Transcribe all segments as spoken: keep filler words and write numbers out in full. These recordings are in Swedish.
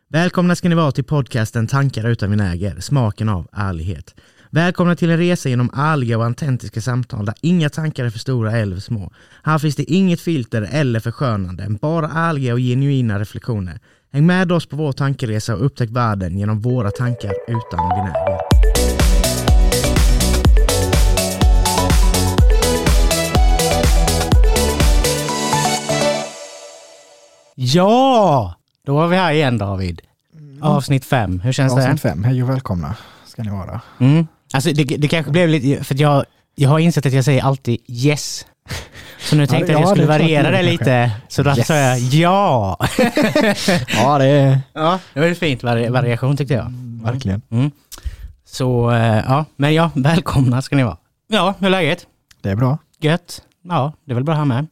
Välkomna ska ni vara till podcasten Tankar utan vinäger, smaken av ärlighet. Välkomna till en resa genom ärliga och autentiska samtal där inga tankar är för stora eller för små. Här finns det inget filter eller förskönande, bara ärliga och genuina reflektioner. Häng med oss på vår tankeresa och upptäck världen genom våra tankar utan vinäger. Ja! Då var vi här igen, David. Avsnitt fem. Hur känns Avsnitt det? Avsnitt fem. Hej och välkomna ska ni vara. Mm. Alltså det, det kanske blev lite... För att jag, jag har insett att jag säger alltid yes. Så nu tänkte jag ja, att jag skulle det variera det, det lite. Så då yes. sa jag ja. ja, det är... Ja, det var ju fint vari- variation tyckte jag. Mm, verkligen. Mm. Så ja, men ja, välkomna ska ni vara. Ja, hur är läget? Det är bra. Gött. Ja, det är väl bra här med.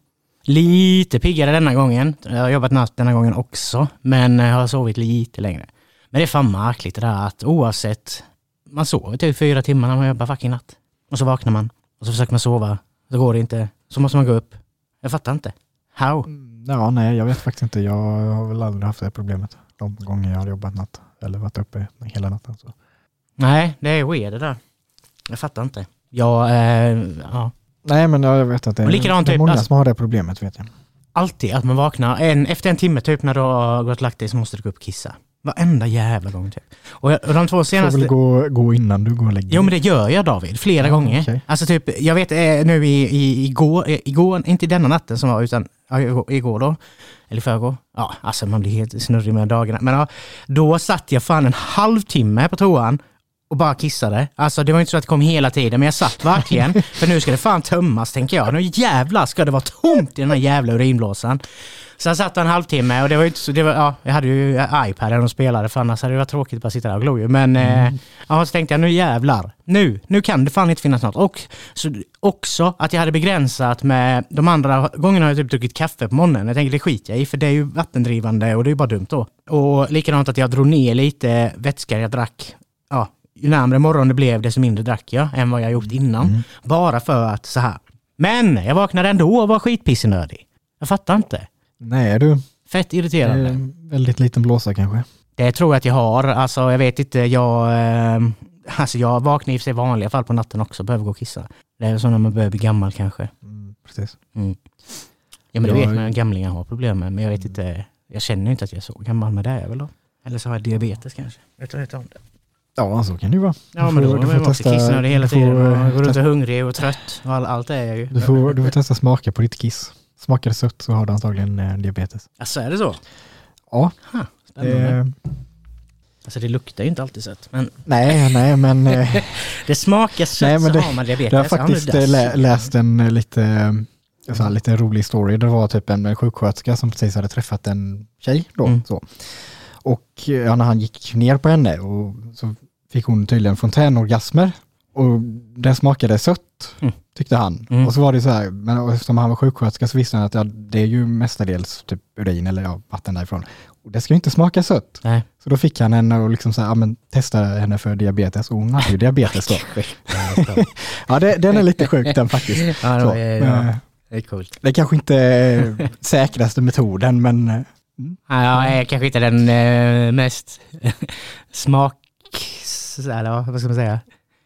Lite piggare denna gången. Jag har jobbat natt denna gången också. Men jag har sovit lite längre. Men det är fan märkligt det där att oavsett... Man sover typ fyra timmar när man jobbar fucking natt. Och så vaknar man. Och så försöker man sova. Så går det inte. Så måste man gå upp. Jag fattar inte. How? Ja, nej, jag vet faktiskt inte. Jag har väl aldrig haft det problemet. De gånger jag har jobbat natt. Eller varit uppe hela natten. Så. Nej, det är weird det där. Jag fattar inte. Jag, eh, ja... Nej, men jag vet att det är, det är typ, många alltså, som har det problemet, vet jag. Alltid att man vaknar. En, efter en timme typ när du har gått lagt dig så måste du gå upp och kissa. Varenda jävla gång typ. Och, jag, och de två senaste... Du får väl gå, gå innan du går och lägger dig. Jo, men det gör jag, David. Flera ja, gånger. Okay. Alltså typ, jag vet nu i, i, igår, igår, inte denna natten som var, utan ja, igår då. Eller förrgår. Ja, alltså man blir helt snurrig med dagarna. Men ja, då satt jag fan en halvtimme på toan och bara kissade. Alltså det var inte så att det kom hela tiden, men jag satt verkligen. För nu ska det fan tömmas, tänker jag. Nu jävlar ska det vara tomt i den här jävla urinblåsan. Så jag satt en halvtimme och det var ju inte så, det var, ja, jag hade ju iPaden och spelade, för annars hade det varit tråkigt att bara sitta där och glo ju. Men mm. eh, ja, så tänkte jag, nu jävlar. Nu, nu kan det fan inte finnas något. Och så, också att jag hade begränsat med, de andra gångerna har jag typ druckit kaffe på morgonen. Jag tänkte det skiter jag i, för det är ju vattendrivande och det är ju bara dumt då. Och likadant att jag drog ner lite vätska jag drack. Ja, ju närmare morgon det blev, desto mindre drack jag än vad jag gjort innan. Mm. Bara för att så här. Men jag vaknade ändå och var skitpissenördig. Jag fattar inte. Nej, du. Fett irriterande. Eh, väldigt liten blåsa kanske. Det tror jag att jag har. Alltså jag vet inte, jag... Eh, alltså jag vaknar i sig i vanliga fall på natten också. Behöver gå och kissa. Det är så när man börjar bli gammal kanske. Mm, precis. Mm. Ja, men det jag... vet man, gamlingar har problem med. Men jag vet inte, jag känner inte att jag är så gammal med det är väl då. Eller så har jag diabetes kanske. Jag tror inte om det. Ja, så kan det ju vara. Ja, men då får, man måste kissa det hela tiden. Och går runt och hungrig och trött. Och all, allt är jag ju. Du får, du får testa smaka på ditt kiss. Smakar det sött så har du antagligen eh, diabetes. Alltså är det så? Ja. Ha, spännande. Eh, alltså det luktar ju inte alltid sött. Men... Nej, nej, men... Eh, det smakar sött nej, men det, så har man diabetes. Jag har faktiskt ja, lä, läst en lite, så här, lite rolig story. Det var typ en sjuksköterska som precis hade träffat en tjej då. Mm. Så. Och ja, när han gick ner på henne och så fick hon tydligen fontänorgasmer. Och det smakade sött, mm. tyckte han. Mm. Och så var det så här, men eftersom han var sjuksköterska så visste han att ja, det är ju mestadels typ urin eller ja, vatten därifrån. Och det ska ju inte smaka sött. Nej. Så då fick han henne och liksom så här, ja, men testa henne för diabetes. Och hon hade ju diabetes då. Ja, det, den är lite sjuk den faktiskt. Ja, så, ja, ja. Det är coolt. Det är kanske inte är säkraste metoden, men... Mm. Ja, är kanske inte den äh, mest smak... Eller vad ska man säga?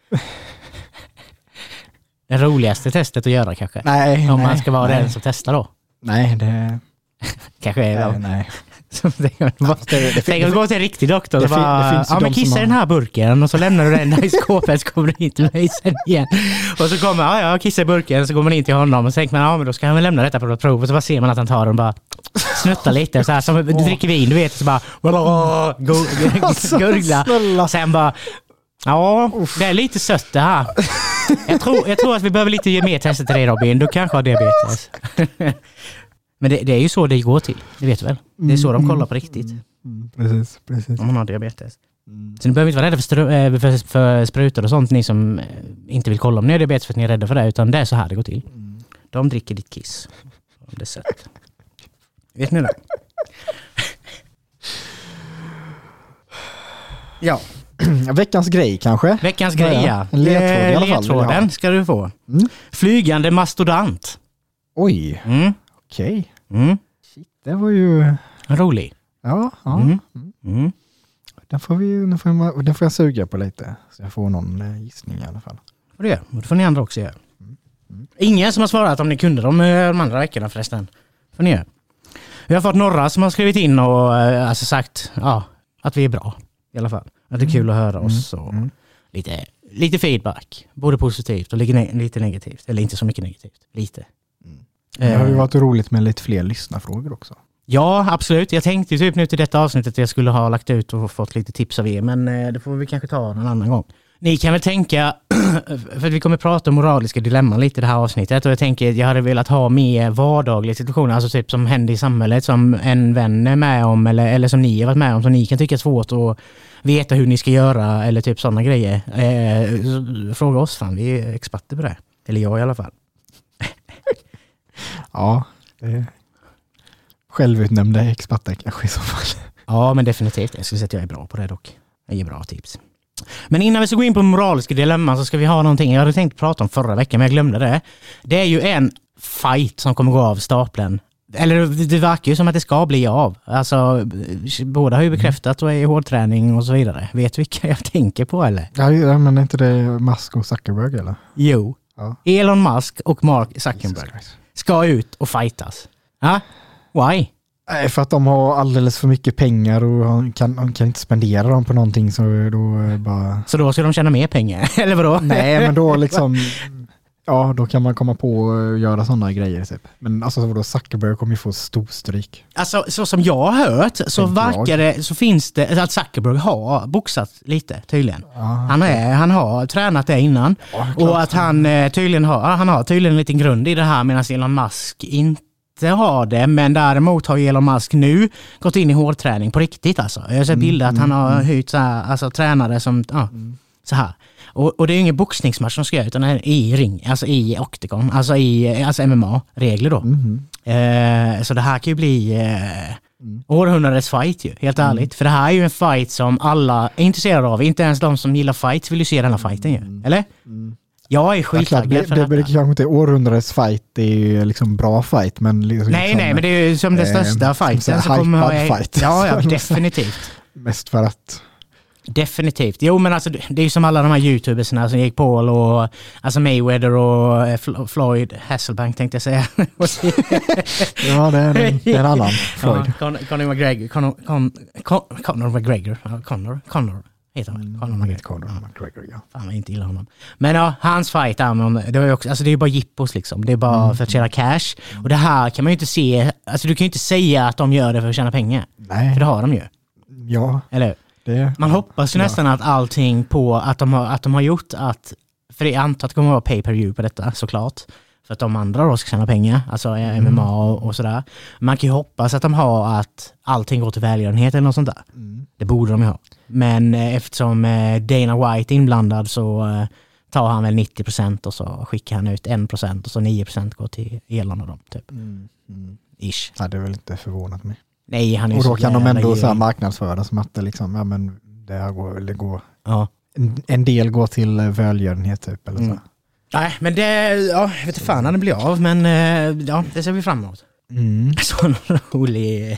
Det roligaste testet att göra kanske. Nej, Om nej, man ska vara nej. den som testar då. Nej, det... kanske är nej, det. Nej. Tänk att gå till en riktig doktor och det, bara, det finns ja men kissa har... den här burken och så lämnar du den där i skåpet så kommer du in till mig sen igen. Och så kommer, ja ja, kissa i burken så går man in till honom och så tänker man, ja men då ska han väl lämna detta på ett prov och så bara ser man att han tar den och bara snuttar lite så här som du dricker vin, du vet, så bara gurgla. Sen bara, ja, det är lite sött det här. Jag tror, jag tror att vi behöver lite mer tester till dig, Robin. Du kanske har diabetes. Men det, det är ju så det går till. Det vet du väl? Det är så de kollar på riktigt. Mm, precis, precis. Om man har diabetes. Mm. Så ni behöver inte vara rädda för, stru- för, för sprutor och sånt. Ni som inte vill kolla om ni har diabetes för att ni är rädda för det. Utan det är så här det går till. Mm. De dricker ditt kiss. Om det är sött. Vet ni det? Ja. Veckans grej kanske? Veckans grej, ja. En ledtråd i alla fall. Ledtråden ska du få. Mm. Flygande mastodont. Oj. Mm. Okej. Okay. Mm. Shit, det var ju... Rolig. Ja. ja. Mm. Mm. den får, vi, den, får jag, den får jag suga på lite. Så jag får någon gissning i alla fall. Och det, och det får ni andra också göra. Mm. Mm. Ingen som har svarat om ni kunde de, de andra veckorna förresten. Får ni göra. Vi har fått några som har skrivit in och alltså sagt ja, att vi är bra i alla fall. Att det är kul att höra oss och mm. lite, lite feedback. Både positivt och lite negativt. Eller inte så mycket negativt. Lite. Mm. Det har ju varit roligt med lite fler lyssnarfrågor också. Ja, absolut. Jag tänkte typ nu till detta avsnittet att jag skulle ha lagt ut och fått lite tips av er. Men det får vi kanske ta en annan gång. Ni kan väl tänka, för att vi kommer prata om moraliska dilemman lite i det här avsnittet. Och jag tänker att jag hade velat ha mer vardagliga situationer. Alltså typ som händer i samhället. Som en vän är med om. Eller, eller som ni har varit med om. Som ni kan tycka är svårt att veta hur ni ska göra. Eller typ sådana grejer. Eh, fråga oss, fan. Vi är experter på det. Eller jag i alla fall. Ja, det är självutnämnda experter kanske i så fall. Ja, men definitivt. Jag skulle säga att jag är bra på det dock. Jag ger bra tips. Men innan vi ska gå in på moraliska dilemman så ska vi ha någonting. Jag hade tänkt prata om förra veckan men jag glömde det. Det är ju en fight som kommer gå av stapeln. Eller det verkar ju som att det ska bli av. Alltså, båda har ju bekräftat och är i hårdträning och så vidare. Vet du vilka jag tänker på eller? Ja, men är inte det Musk och Zuckerberg eller? Jo. Ja. Elon Musk och Mark Zuckerberg ska ut och fightas. Ja? Why? Nej, för att de har alldeles för mycket pengar och han kan, han kan inte spendera dem på någonting så då bara... Så då ska de tjäna mer pengar? Eller vadå? Nej, men då liksom... Ja, då kan man komma på och göra sådana grejer typ. Men alltså då Zuckerberg kommer ju få storstryk. Alltså så som jag har hört så verkar det, så finns det att Zuckerberg har boxat lite tydligen. Ah, han, är, han har tränat det innan. Ah, och att han tydligen har, han har tydligen en liten grund i det här medan Elon Musk inte har det, men däremot har Elon Musk nu gått in i hårdträning på riktigt alltså. Jag har sett bilder mm, att han har mm. hyrt så här, alltså tränare som ja, mm. så här. Och, och det är ju ingen boxningsmatch som ska göra utan i ring, alltså i octagon, alltså i alltså M M A-regler då. Mm. Eh, så det här kan ju bli eh, mm. århundradets fight ju, helt ärligt. Mm. För det här är ju en fight som alla är intresserade av. Inte ens de som gillar fights vill ju se den här fighten ju, mm. eller? Mm. Jag är skittaggad ja, för det. Det blir kanske inte århundradets fight, det är ju liksom bra fight. Men liksom, nej, nej, men det är ju som den största eh, fighten. Som kommer ha, fight. Ja, ja, definitivt. Mest för att... Definitivt. Jo, men alltså det är ju som alla de här YouTubersna som Jake Paul och alltså Mayweather och F- Floyd Hasselbank tänkte jag säga. Ja, det är en, det är en annan Floyd. Ja, Con- Conor McGregor. Conor, Con- Con- Conor McGregor. Conor. Conor. Heter han. Conor McGregor. Conor McGregor, ja. Fan, jag inte gillar honom. Men ja, hans fight där, det var ju också, alltså det är ju bara jippos liksom. Det är bara mm. för att tjäna cash. Och det här kan man ju inte se, alltså du kan ju inte säga att de gör det för att tjäna pengar. Nej. För det har de ju. Ja. Eller det, man hoppas ju ja. nästan att allting på att de har, att de har gjort att, för jag antar att det kommer att vara pay-per-view på detta såklart. För att de andra då ska tjäna pengar, alltså mm. M M A och, och sådär. Man kan ju hoppas att de har att allting går till välgörenhet eller något sånt där. Mm. Det borde de ju ha. Men eh, eftersom eh, Dana White är inblandad så eh, tar han väl nittio procent och så skickar han ut en procent och så nio procent går till Elon och dem typ. Mm. Mm. Ish. Ja, det är väl inte förvånat mig. Nej, han är och då kan de ändå så här marknadsföra som att det liksom, ja men det här går, det går. Ja. En, en del går till välgörenhet typ eller så. Mm. Nej, men det, ja, jag vet inte fan när det blir av, men ja, det ser vi fram emot. Mm. Så någon rolig,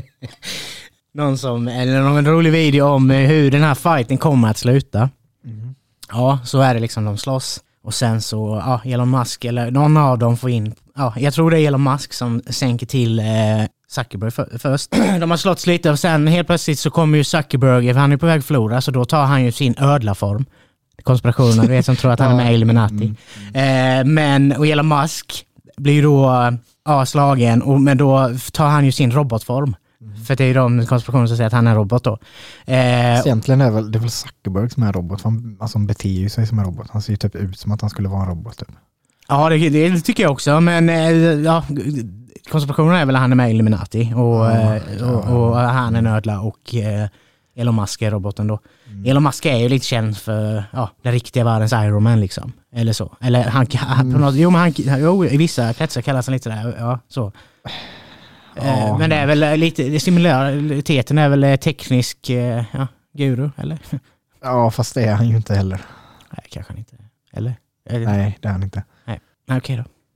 någon som, eller någon rolig video om hur den här fighten kommer att sluta. Mm. Ja, så är det liksom, de slåss. Och sen så, ja, Elon Musk, eller någon av dem får in, ja, jag tror det är Elon Musk som sänker till eh, Zuckerberg för, först. De har slått lite och sen helt plötsligt så kommer ju Zuckerberg, för han är på väg att förlora, så då tar han ju sin ödlaform. Konspirationen, du vet, som tror att han är med i Illuminati. Mm. Eh, men, och Elon Musk blir ju då ja, slagen, och, men då tar han ju sin robotform. Mm. För det är ju de konspirationer som säger att han är en robot då. Eh, Egentligen är väl, det är väl Zuckerberg som är en robot, han, alltså, han beter ju sig som en robot. Han ser ju typ ut som att han skulle vara en robot typ. Ja, det, det tycker jag också, men eh, ja, konspirationen är väl att han är med i Illuminati och, ja, ja, och, och, och han är en ödla och eh, Elon Musk är roboten då. Mm. Elon Musk är ju lite känd för ja, den riktiga världens Iron Man liksom. Eller så. Eller han, han mm. jo, men han, jo, i vissa kretsar kallas han lite där. Ja, så. Ja. Eh, men det är väl lite, similariteten är väl teknisk eh, ja, guru, eller? Ja, fast det är han ju inte heller. Nej, kanske inte. Eller? Nej, det är han inte. Nej, okej då. Nej.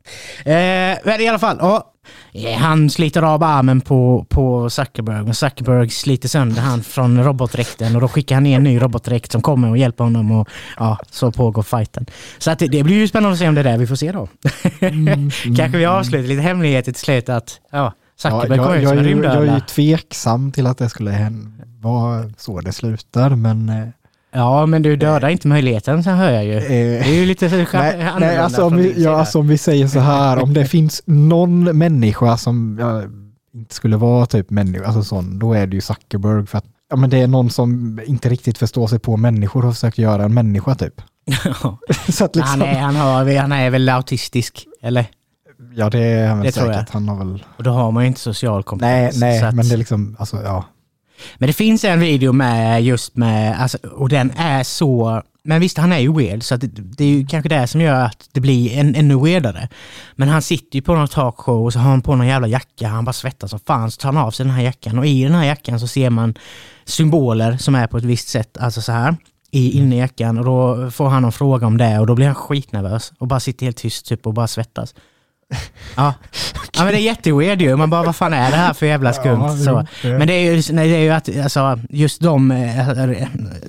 Eh, men i alla fall, ja, han sliter av armen på, på Zuckerberg, men Zuckerberg sliter sönder han från robotdräkten och då skickar han ner en ny robotdräkt som kommer och hjälper honom och ja, så pågår fighten. Så att det, det blir ju spännande att se om det är det vi får se då. Mm, mm, Kanske vi avslutar lite hemligheter till slut att ja, Zuckerberg ja, kommer ut jag, som en jag, rymdödla. jag är ju tveksam till att det skulle vara så det slutar, men... Ja, men du dödar inte möjligheten, så hör jag ju. Det är ju lite så nej, nej, alltså om vi, ja, alltså om vi säger så här, om det finns någon människa som ja, inte skulle vara typ människa, alltså sån, då är det ju Zuckerberg, för att ja, men det är någon som inte riktigt förstår sig på människor och försöker göra en människa typ. Ja. Så att liksom... han, är, han, har, han är väl autistisk, eller? Ja, det är han väl det säkert. Tror jag. Han har väl... Och då har man ju inte social kompetens. Nej, nej, att... men det är liksom, alltså ja. Men det finns en video med just med, alltså, och den är så, men visst han är ju weird, så att det, det är ju kanske det som gör att det blir en, ännu weirdare. Men han sitter ju på någon talkshow och så har han på någon jävla jacka, han bara svettas som fan, så tar han av sig den här jackan och i den här jackan så ser man symboler som är på ett visst sätt, alltså så här, i, inne i jackan, och då får han en fråga om det och då blir han skitnervös och bara sitter helt tyst typ och bara svettas. Ja. Ja, men det är jätteweird ju. Man bara, vad fan är det här för jävla skumt? Ja, så. Men det är ju, nej, det är ju att alltså, just de äh,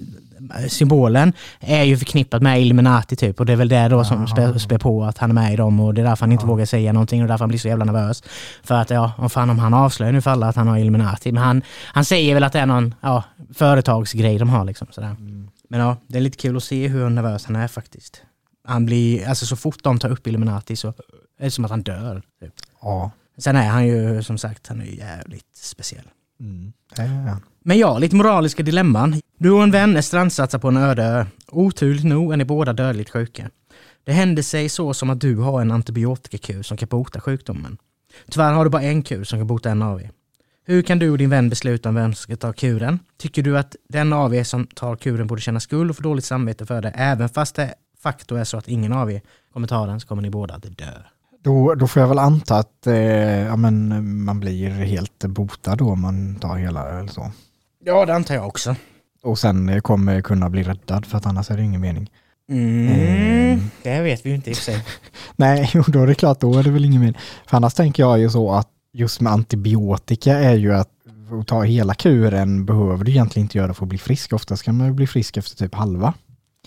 symbolen är ju förknippat med Illuminati typ, och det är väl det då som spär, spär på att han är med i dem, och det är därför han inte ja. vågar säga någonting och därför han blir så jävla nervös. För att ja, om fan om han avslöjar nu för alla att han har Illuminati, men han, han säger väl att det är någon ja, företagsgrej de har liksom sådär. Mm. Men ja, det är lite kul att se hur nervös han är faktiskt. Han blir, alltså så fort de tar upp Illuminati så är det som att han dör. Typ. Ja. Sen är han ju, som sagt, han är ju jävligt speciell. Mm. Ja, ja. Men ja, lite moraliska dilemman. Du och en vän är strandsatsar på en öde ö. Oturligt nog är ni båda dödligt sjuka. Det händer sig så som att du har en antibiotikakur som kan bota sjukdomen. Tyvärr har du bara en kur som kan bota en av er. Hur kan du och din vän besluta om vem som ska ta kuren? Tycker du att den av er som tar kuren borde känna skuld och få dåligt samvete för det, även fast det faktum är så att ingen av er kommer ta den, så kommer ni båda att dö? Då, då får jag väl anta att eh, ja, men man blir helt botad då om man tar hela eller så. Ja, det antar jag också. Och sen kommer kunna bli räddad, för att annars är det ingen mening. Mm, mm. Det vet vi ju inte i sig. Nej, då är det klart, då är det väl ingen mening. För annars tänker jag ju så att just med antibiotika är ju att ta hela kuren behöver du egentligen inte göra för att bli frisk. Oftast kan man ju bli frisk efter typ halva.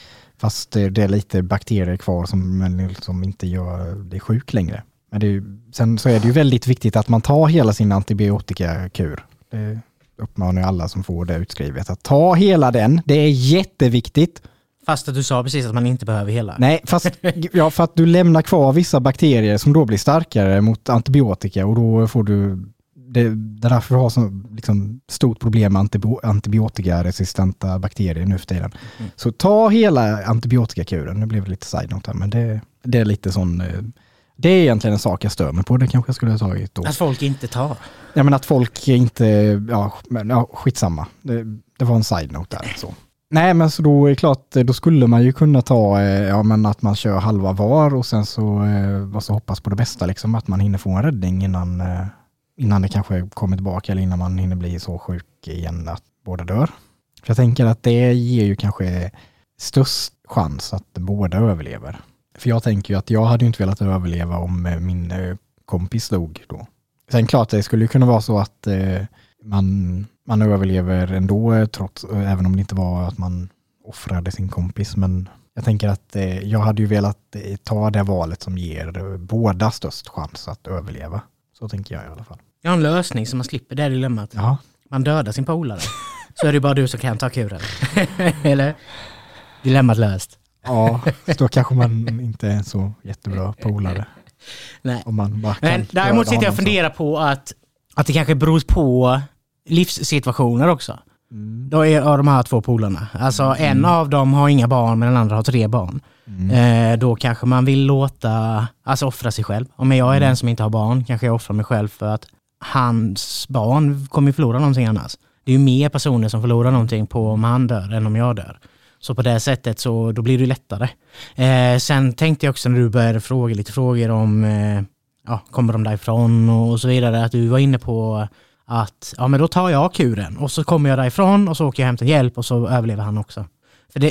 Fast det är lite bakterier kvar som, som inte gör dig sjuk längre. Men det är ju, sen så är det ju väldigt viktigt att man tar hela sin antibiotikakur. Det uppmanar alla som får det utskrivet att ta hela den. Det är jätteviktigt. Fast att du sa precis att man inte behöver hela. Nej, fast ja, för att du lämnar kvar vissa bakterier som då blir starkare mot antibiotika, och då får du det, det är därför vi har så liksom, stort problem med antibio- antibiotikaresistenta bakterier nu för tiden. Mm. Så ta hela antibiotikakuren. Nu blev det lite side-note här, men det, det är lite sån... Det är egentligen en sak jag stör mig på. Det kanske jag skulle ha tagit då. Att folk inte tar? Ja, men att folk inte... Ja, men, ja skitsamma. Det, det var en side-note där. Så. Nej, men så då är det klart, då skulle man ju kunna ta ja, men att man kör halva var och sen så, och så hoppas på det bästa, liksom, att man hinner få en räddning innan... innan det kanske kommer tillbaka, eller innan man hinner bli så sjuk igen att båda dör. För jag tänker att det ger ju kanske störst chans att båda överlever. För jag tänker ju att jag hade ju inte velat överleva om min kompis dog då. Sen klart det skulle ju kunna vara så att eh, man, man överlever ändå, trots, även om det inte var att man offrade sin kompis. Men jag tänker att eh, jag hade ju velat eh, ta det valet som ger båda störst chans att överleva. Så tänker jag i alla fall. Jag har en lösning som man slipper det dilemmat. Ja. Man dödar sin polare. Så är det bara du som kan ta kuren. Eller? Dilemmat löst. Ja, då kanske man inte är så jättebra polare. Nej. Om man bara Men däremot sitter jag och funderar på att, att det kanske beror på livssituationer också. Mm. Då är av de här två polarna. Alltså mm. en av dem har inga barn, men den andra har tre barn. Mm. Eh, då kanske man vill låta, alltså offra sig själv. Om jag är mm. den som inte har barn, kanske jag offrar mig själv, för att hans barn kommer förlora någonting annars. Det är ju mer personer som förlorar någonting på om han dör än om jag dör. Så på det sättet så då blir det lättare. Eh, sen tänkte jag också när du började fråga lite frågor om eh, ja, kommer de därifrån och, och så vidare, att du var inne på att ja, men då tar jag kuren och så kommer jag därifrån och så åker jag hem till hjälp och så överlever han också. För det,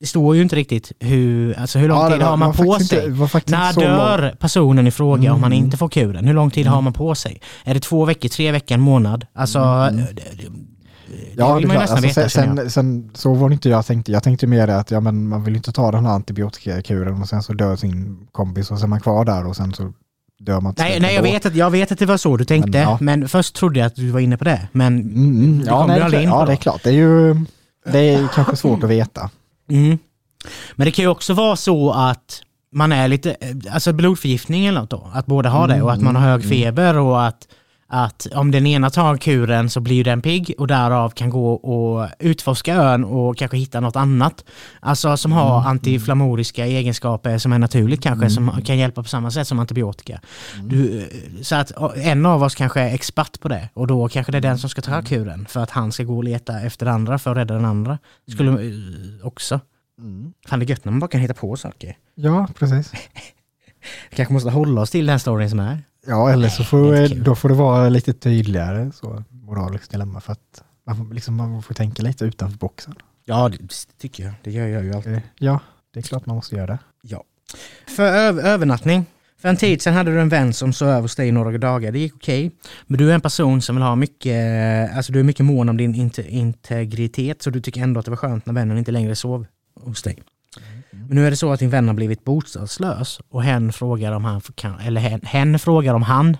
det står ju inte riktigt hur, alltså hur lång Ja, tid var, har man på sig. Inte, när dör lång. personen i fråga mm. om man inte får kuren? Hur lång tid mm. har man på sig? Är det två veckor, tre veckor, en månad? Alltså, mm. det, det, ja, det är klart. Alltså, veta, sen, sen, sen så var det inte jag tänkte. Jag tänkte mer att ja, men man vill inte ta den här antibiotikakuren och sen så dör sin kompis och sen är man kvar där och sen så dör man. Nej, nej jag, vet att, jag vet att det var så du tänkte, men, ja. men först trodde jag att du var inne på det. Men mm, ja, nej, det, in ja, det är klart. Det är ju det är kanske svårt att veta. Mm. Men det kan ju också vara så att man är lite, alltså blodförgiftning eller något då, att båda har det och att man har hög feber och att, att om den ena tar kuren så blir den pigg och därav kan gå och utforska ön och kanske hitta något annat. Alltså som har mm. antiinflammoriska egenskaper som är naturligt kanske, mm. som kan hjälpa på samma sätt som antibiotika. Mm. Du, så att en av oss kanske är expert på det och då kanske det är den som ska ta kuren för att han ska gå och leta efter den andra för att rädda den andra. Skulle mm. också. Mm. Fan, det är gött när man bara kan hitta på saker. Ja, precis. Vi kanske måste hålla oss till den storyn som är. Ja, eller så får, då får det vara lite tydligare så moraliskt dilemma för att man får, liksom, man får tänka lite utanför boxen. Ja, det tycker jag. Det gör jag ju alltid. Ja, det är klart man måste göra det. Ja. För ö- övernattning. För en tid sedan hade du en vän som sov över hos dig i några dagar. Det gick okej. Okay. Men du är en person som vill ha mycket, alltså du är mycket mån om din int- integritet så du tycker ändå att det var skönt när vännen inte längre sov hos dig. Mm. Men nu är det så att din vän har blivit bostadslös och hen frågar om han kan, eller hen, hen frågar om han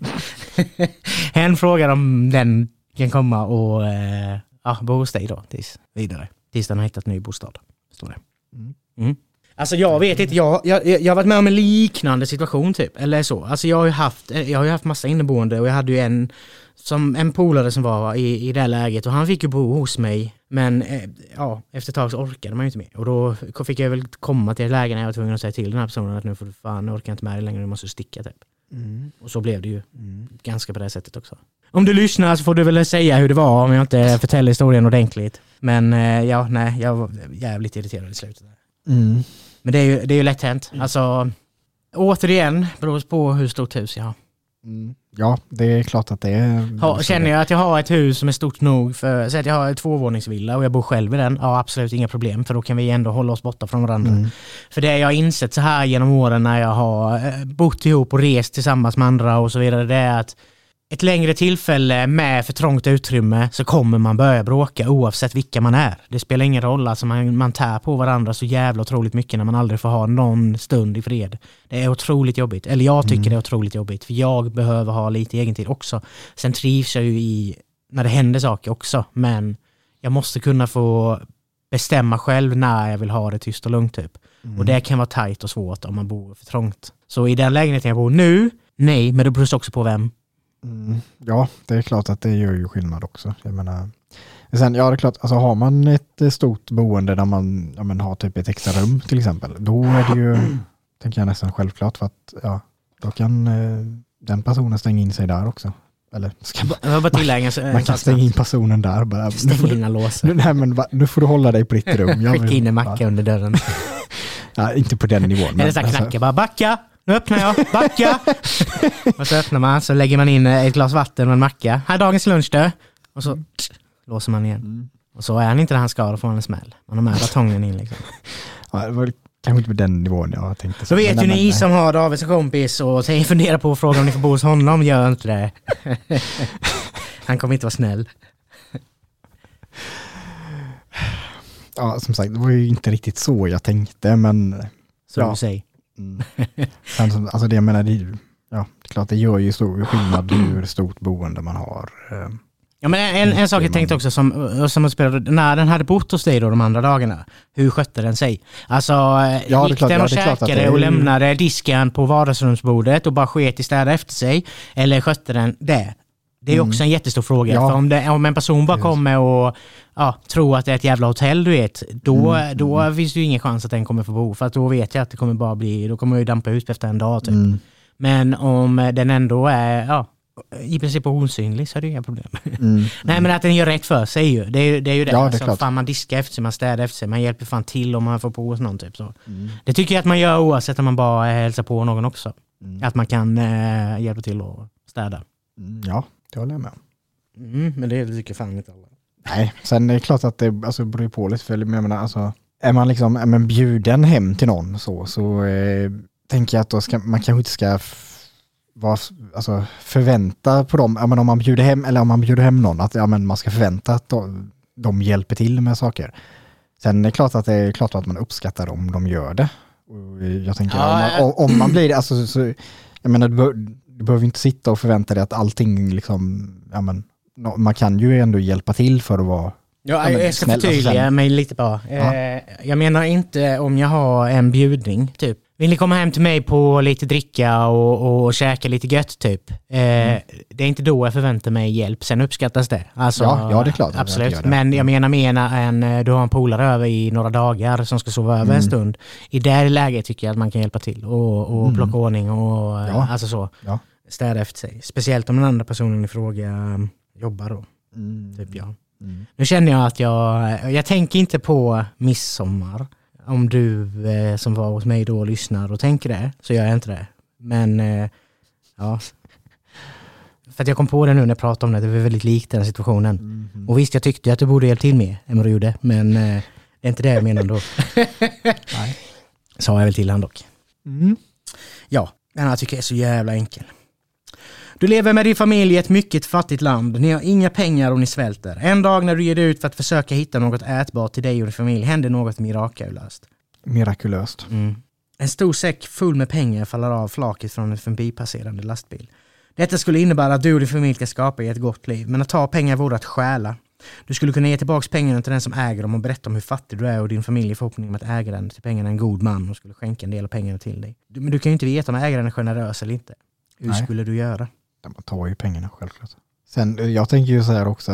hen frågar om den kan komma och eh, ja, bo hos dig då tills vidare. Tills den har hittat ny bostad. Står det. Mm. Mm. Alltså jag vet inte, jag, jag, jag har varit med om en liknande situation typ, eller så. Alltså jag har ju haft, jag har ju haft massa inneboende och jag hade ju en som en polare som var i, i det läget och han fick ju bo hos mig men eh, ja, efter ett tag så orkade man ju inte mer och då fick jag väl komma till ett läge när jag var tvungen att säga till den här personen att nu får du fan, orkar inte med dig längre, du måste sticka typ. Mm. Och så blev det ju mm. ganska på det sättet också. Om du lyssnar så får du väl säga hur det var om jag inte förtäller historien ordentligt. Men eh, ja, nej, jag var jävligt irriterad i slutet. Mm. Men det är ju, det är ju lätt hänt. Alltså, återigen, beror på hur stort hus jag har. Mm. Ja, det är klart att det är... Ha, känner jag att jag har ett hus som är stort nog för... Så att jag har ett tvåvåningsvilla och jag bor själv i den. Ja, absolut inga problem. För då kan vi ändå hålla oss borta från varandra. Mm. För det jag har insett så här genom åren när jag har bott ihop och rest tillsammans med andra och så vidare. Det är att ett längre tillfälle med för trångt utrymme så kommer man börja bråka oavsett vilka man är. Det spelar ingen roll. Alltså man, man tär på varandra så jävla otroligt mycket när man aldrig får ha någon stund i fred. Det är otroligt jobbigt. Eller jag tycker mm. det är otroligt jobbigt. För jag behöver ha lite egen tid också. Sen trivs jag ju i när det händer saker också. Men jag måste kunna få bestämma själv när jag vill ha det tyst och lugnt typ. Mm. Och det kan vara tajt och svårt om man bor för trångt. Så i den lägenheten jag bor nu, nej, men det beror också på vem. Mm, ja, det är klart att det gör ju skillnad också. Jag menar, sen, ja, det är klart, alltså har man ett stort boende där man ja, men, har typ ett extra rum till exempel, då är det ju, tänker jag nästan självklart för att ja, då kan eh, den personen stänga in sig där också. Eller ska man, jag bara tillägga, man, man kan stänga in personen där. Bara, stäng in låser. Nej, men nu får du hålla dig på ditt rum. Skicka in en macka under dörren. Ja, inte på den nivån. Eller så knacka, alltså, bara backa! Nu öppnar jag, backa! Och så öppnar man, så lägger man in ett glas vatten och en macka. Här dagens lunch då. Och så tsch, låser man igen. Mm. Och så är han inte där han ska, då får han en smäll. Man har med batongen in liksom. Ja, det var kanske inte på den nivån jag tänkte. Så vet ju ni som har David som kompis och funderar på att fråga om ni får bo hos honom, gör inte det. Han kommer inte vara snäll. Ja, som sagt, det var ju inte riktigt så jag tänkte, men... Så ja. du säger. Mm. Alltså det jag menar, det, ja, det är klart det gör ju stor skillnad hur stort boende man har. Ja, men en, en sak jag tänkte också som, som spelade, när den hade bott hos dig då de andra dagarna, hur skötte den sig? Alltså, ja, gick klart, den och ja, käkade är... och lämnade disken på vardagsrumsbordet och bara sket i städa efter sig? Eller skötte den det? Det är också mm. en jättestor fråga. Ja. För om, det, om en person bara kommer och ja, tror att det är ett jävla hotell, du vet, då, mm. då mm. finns det ju ingen chans att den kommer få bo. För att då vet jag att det kommer bara bli, då kommer jag ju dampa ut efter en dag typ. Mm. Men om den ändå är, ja, i princip osynlig så är det inga problem. Mm. Nej, men att den gör rätt för sig ju. Det är, det är ju det. Ja, det är alltså, klart. Fan, man diskar efter sig, man städar efter sig, man hjälper fan till om man får på hos någon typ så. Mm. Det tycker jag att man gör oavsett om man bara hälsar på någon också. Mm. Att man kan äh, hjälpa till och städa. Mm, ja, det håller jag med. Mm, men det tycker fan inte alla. Nej, sen är det klart att det alltså, beror på lite, för jag menar, alltså, är man liksom är man bjuden hem till någon så, så eh, tänker jag att då ska, man kanske inte ska f- vara, alltså, förvänta på dem, ja, men om man bjuder hem eller om man bjuder hem någon, att ja, men man ska förvänta att de, de hjälper till med saker. Sen är det klart att det är klart att man uppskattar om de gör det. Och jag tänker ja, om, man, om man blir det, alltså, så, jag menar du, du behöver inte sitta och förvänta dig att allting liksom, ja, men, no, man kan ju ändå hjälpa till för att vara. Ja, jag ska förtydliga mig lite bara. Ja. Eh, jag menar inte om jag har en bjudning, typ. Vill ni komma hem till mig på lite dricka och, och käka lite gött, typ? Eh, mm. Det är inte då jag förväntar mig hjälp. Sen uppskattas det. Alltså, ja, ja, det är klart. Absolut. Det. Men jag menar mena en, du har en polare över i några dagar som ska sova över mm. en stund. I det läget tycker jag att man kan hjälpa till och, och mm. plocka ordning och ja. alltså så. Ja. Städa efter sig. Speciellt om den andra personen i fråga jobbar då. Mm. Typ jag. Mm. Nu känner jag att jag, jag tänker inte på midsommar. Om du eh, som var hos mig då lyssnar och tänker det, så gör jag inte det. Men eh, ja, för att jag kom på det nu när jag pratade om det, det var väldigt likt den situationen. Mm. Och visst, jag tyckte att du borde hjälpa till med än vad du gjorde, men eh, det är inte det jag menar då. Nej. Sa jag väl till han dock. Mm. Ja, den här tycker jag är så jävla enkel. Du lever med din familj i ett mycket fattigt land. Ni har inga pengar och ni svälter. En dag när du ger dig ut för att försöka hitta något ätbart till dig och din familj händer något mirakulöst. Mirakulöst. Mm. En stor säck full med pengar faller av flaket från en förbipasserande lastbil. Detta skulle innebära att du och din familj ska skapa ett gott liv. Men att ta pengar vore att stjäla. Du skulle kunna ge tillbaka pengarna till den som äger dem och berätta om hur fattig du är och din familj i förhoppning om att ägaren till pengarna är en god man och skulle skänka en del av pengarna till dig. Du, men du kan ju inte veta om ägaren är generös eller inte. Hur Nej. skulle du göra? Man tar ju pengarna självklart. Sen, jag tänker ju så här också,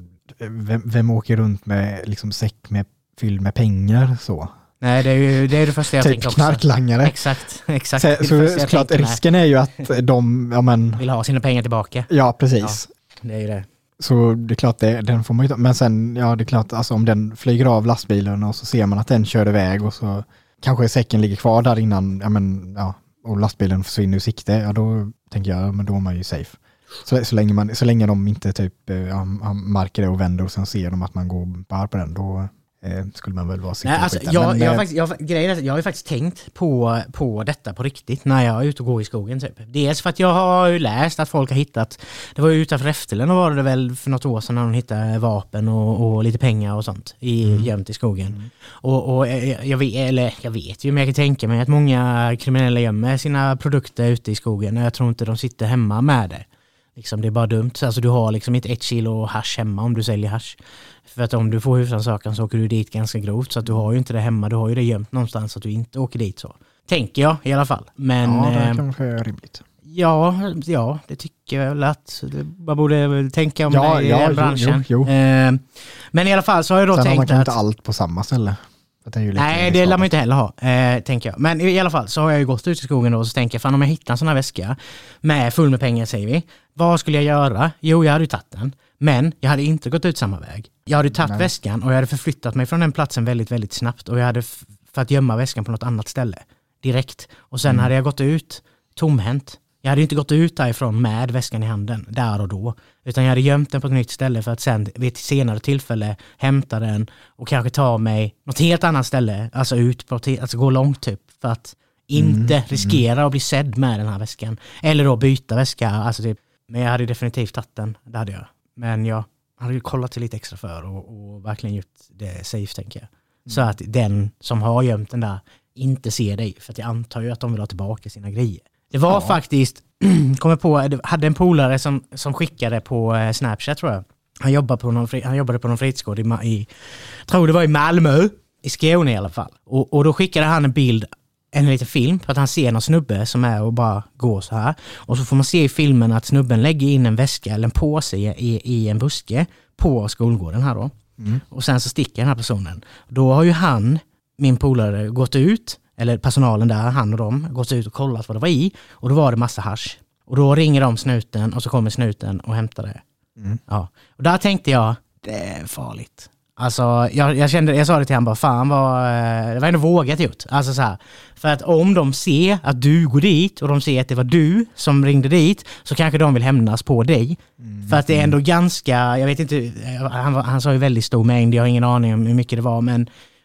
vem, vem åker runt med liksom säck med, fylld med pengar så? Nej, det är ju det, är det första jag typ tänker också. Knarklangare. Exakt, exakt. Så, så, så klart, risken är ju att de ja, men, vill ha sina pengar tillbaka. Ja, precis. Ja, det är ju det. Så det är klart, det, den får man ju ta. Men sen, ja det är klart, alltså, om den flyger av lastbilen och så ser man att den kör iväg och så kanske säcken ligger kvar där innan, ja men, ja, och lastbilen försvinner ur sikte, ja då tänker jag, men då är man ju safe. Så, så, länge, man, så länge de inte typ ja, märker det och vänder och sen ser de att man går bara på den, då eh, skulle man väl vara Nej, alltså, jag, men, jag, har faktiskt, jag, grejen är, jag har ju faktiskt tänkt på, på detta på riktigt när jag är ute och går i skogen typ. Dels för att jag har ju läst att folk har hittat, det var ju utanför Räftelen och var det väl för något år sedan när de hittade vapen och, och lite pengar och sånt i, mm. gömt i skogen. Mm. Och, och jag, jag, vet, eller, jag vet ju, men jag kan tänka mig att många kriminella gömmer sina produkter ute i skogen och jag tror inte de sitter hemma med det. Liksom, det är bara dumt. Alltså, du har liksom inte ett kilo hasch hemma om du säljer hasch. För att om du får husrannsakan så åker du dit ganska grovt. Så att du har ju inte det hemma. Du har ju det gömt någonstans så att du inte åker dit så. Tänker jag i alla fall. Men, ja, det eh, kanske är rimligt. Ja, ja, det tycker jag väl att man borde tänka om ja, det i ja, den branschen. Jo, jo. Eh, men i alla fall så har jag då Sen tänkt har man kan att... inte allt på samma ställe. Det är ju lite Nej, det lär man inte heller ha, eh, tänker jag. Men i alla fall så har jag ju gått ut i skogen då och så tänker jag, fan om jag hittar en sån här väska med full med pengar, säger vi. Vad skulle jag göra? Jo, jag hade ju tagit den. Men jag hade inte gått ut samma väg. Jag hade tagit väskan och jag hade förflyttat mig från den platsen väldigt, väldigt snabbt. Och jag hade f- för att gömma väskan på något annat ställe. Direkt. Och sen mm. hade jag gått ut tomhänt. Jag hade inte gått ut därifrån med väskan i handen, där och då. Utan jag hade gömt den på ett nytt ställe för att sen vid ett senare tillfälle hämta den och kanske ta mig något helt annat ställe. Alltså ut på, alltså gå långt typ. För att inte mm. riskera att bli sedd med den här väskan. Eller då byta väska. Alltså typ. Men jag hade definitivt tagit den, det hade jag. Men jag hade ju kollat till lite extra för och, och verkligen gjort det safe, tänker jag. Mm. Så att den som har gömt den där inte ser dig. För att jag antar ju att de vill ha tillbaka sina grejer. Det var ja. faktiskt, kommer på, hade en polare som, som skickade på eh, Snapchat, tror jag. Han jobbade på någon, han jobbade på någon fritidsgård i, i, tror det var i Malmö, i Skåne i alla fall. Och, och då skickade han en bild, en liten film, för att han ser någon snubbe som är och bara går så här. Och så får man se i filmen att snubben lägger in en väska eller en påse i, i en buske på skolgården här då. Mm. Och sen så sticker den här personen. Då har ju han, min polare, gått ut, eller personalen där, han och dem, gått ut och kollat vad det var i. Och då var det massa hasch. Och då ringer de snuten och så kommer snuten och hämtar det. Mm. Ja. Och där tänkte jag, det är farligt. Alltså, jag, jag kände, jag sa det till han bara, fan vad, det var ändå vågat gjort. Alltså så här, för att om de ser att du går dit och de ser att det var du som ringde dit, så kanske de vill hämnas på dig. Mm. För att det är ändå ganska, jag vet inte, han, han sa ju väldigt stor mängd, jag har ingen aning om hur mycket det var, men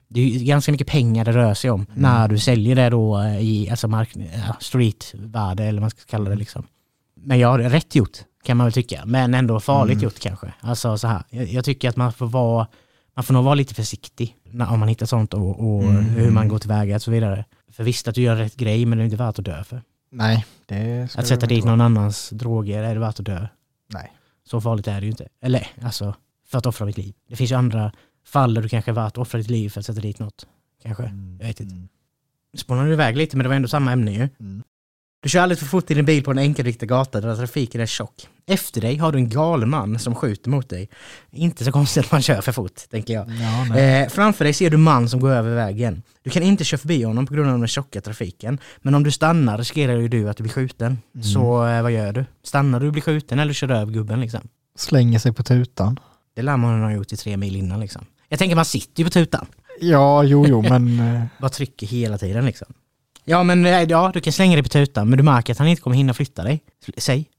Det är ju ganska mycket pengar det rör sig om mm. när du säljer det då i alltså mark- ja, streetvärde eller vad man ska kalla det liksom. Men ja, rätt gjort kan man väl tycka. Men ändå farligt mm. gjort kanske. Alltså så här. Jag, jag tycker att man får vara man får nog vara lite försiktig när, om man hittar sånt och, och mm. hur man går tillväga och så vidare. För visst att du gör rätt grej, men det är inte värt att dö för. Nej. Det att sätta dit någon annans droger är det värt att dö. Nej. Så farligt är det ju inte. Eller alltså, för att offra mitt liv. Det finns ju andra fall där du kanske är värt att offra ditt liv för att sätta dit något. Kanske. Mm. Jag vet inte. Spånar du iväg lite, men det var ändå samma ämne ju. Mm. Du kör alldeles för fort i din bil på en enkelriktad gata där trafiken är tjock. Efter dig har du en galen man som skjuter mot dig. Inte så konstigt att man kör för fort, tänker jag. Ja, eh, framför dig ser du man som går över vägen. Du kan inte köra förbi honom på grund av den tjocka trafiken. Men om du stannar riskerar ju du att du blir skjuten. Mm. Så eh, vad gör du? Stannar du blir skjuten eller kör över gubben liksom? Slänger sig på tutan. Det lär man ha gjort i tre mil innan liksom. Jag tänker man sitter ju på tutan. Ja, jo, jo, men... Bara trycker hela tiden liksom. Ja, men ja, du kan slänga dig på tutan, men du märker att han inte kommer hinna flytta dig. Säg.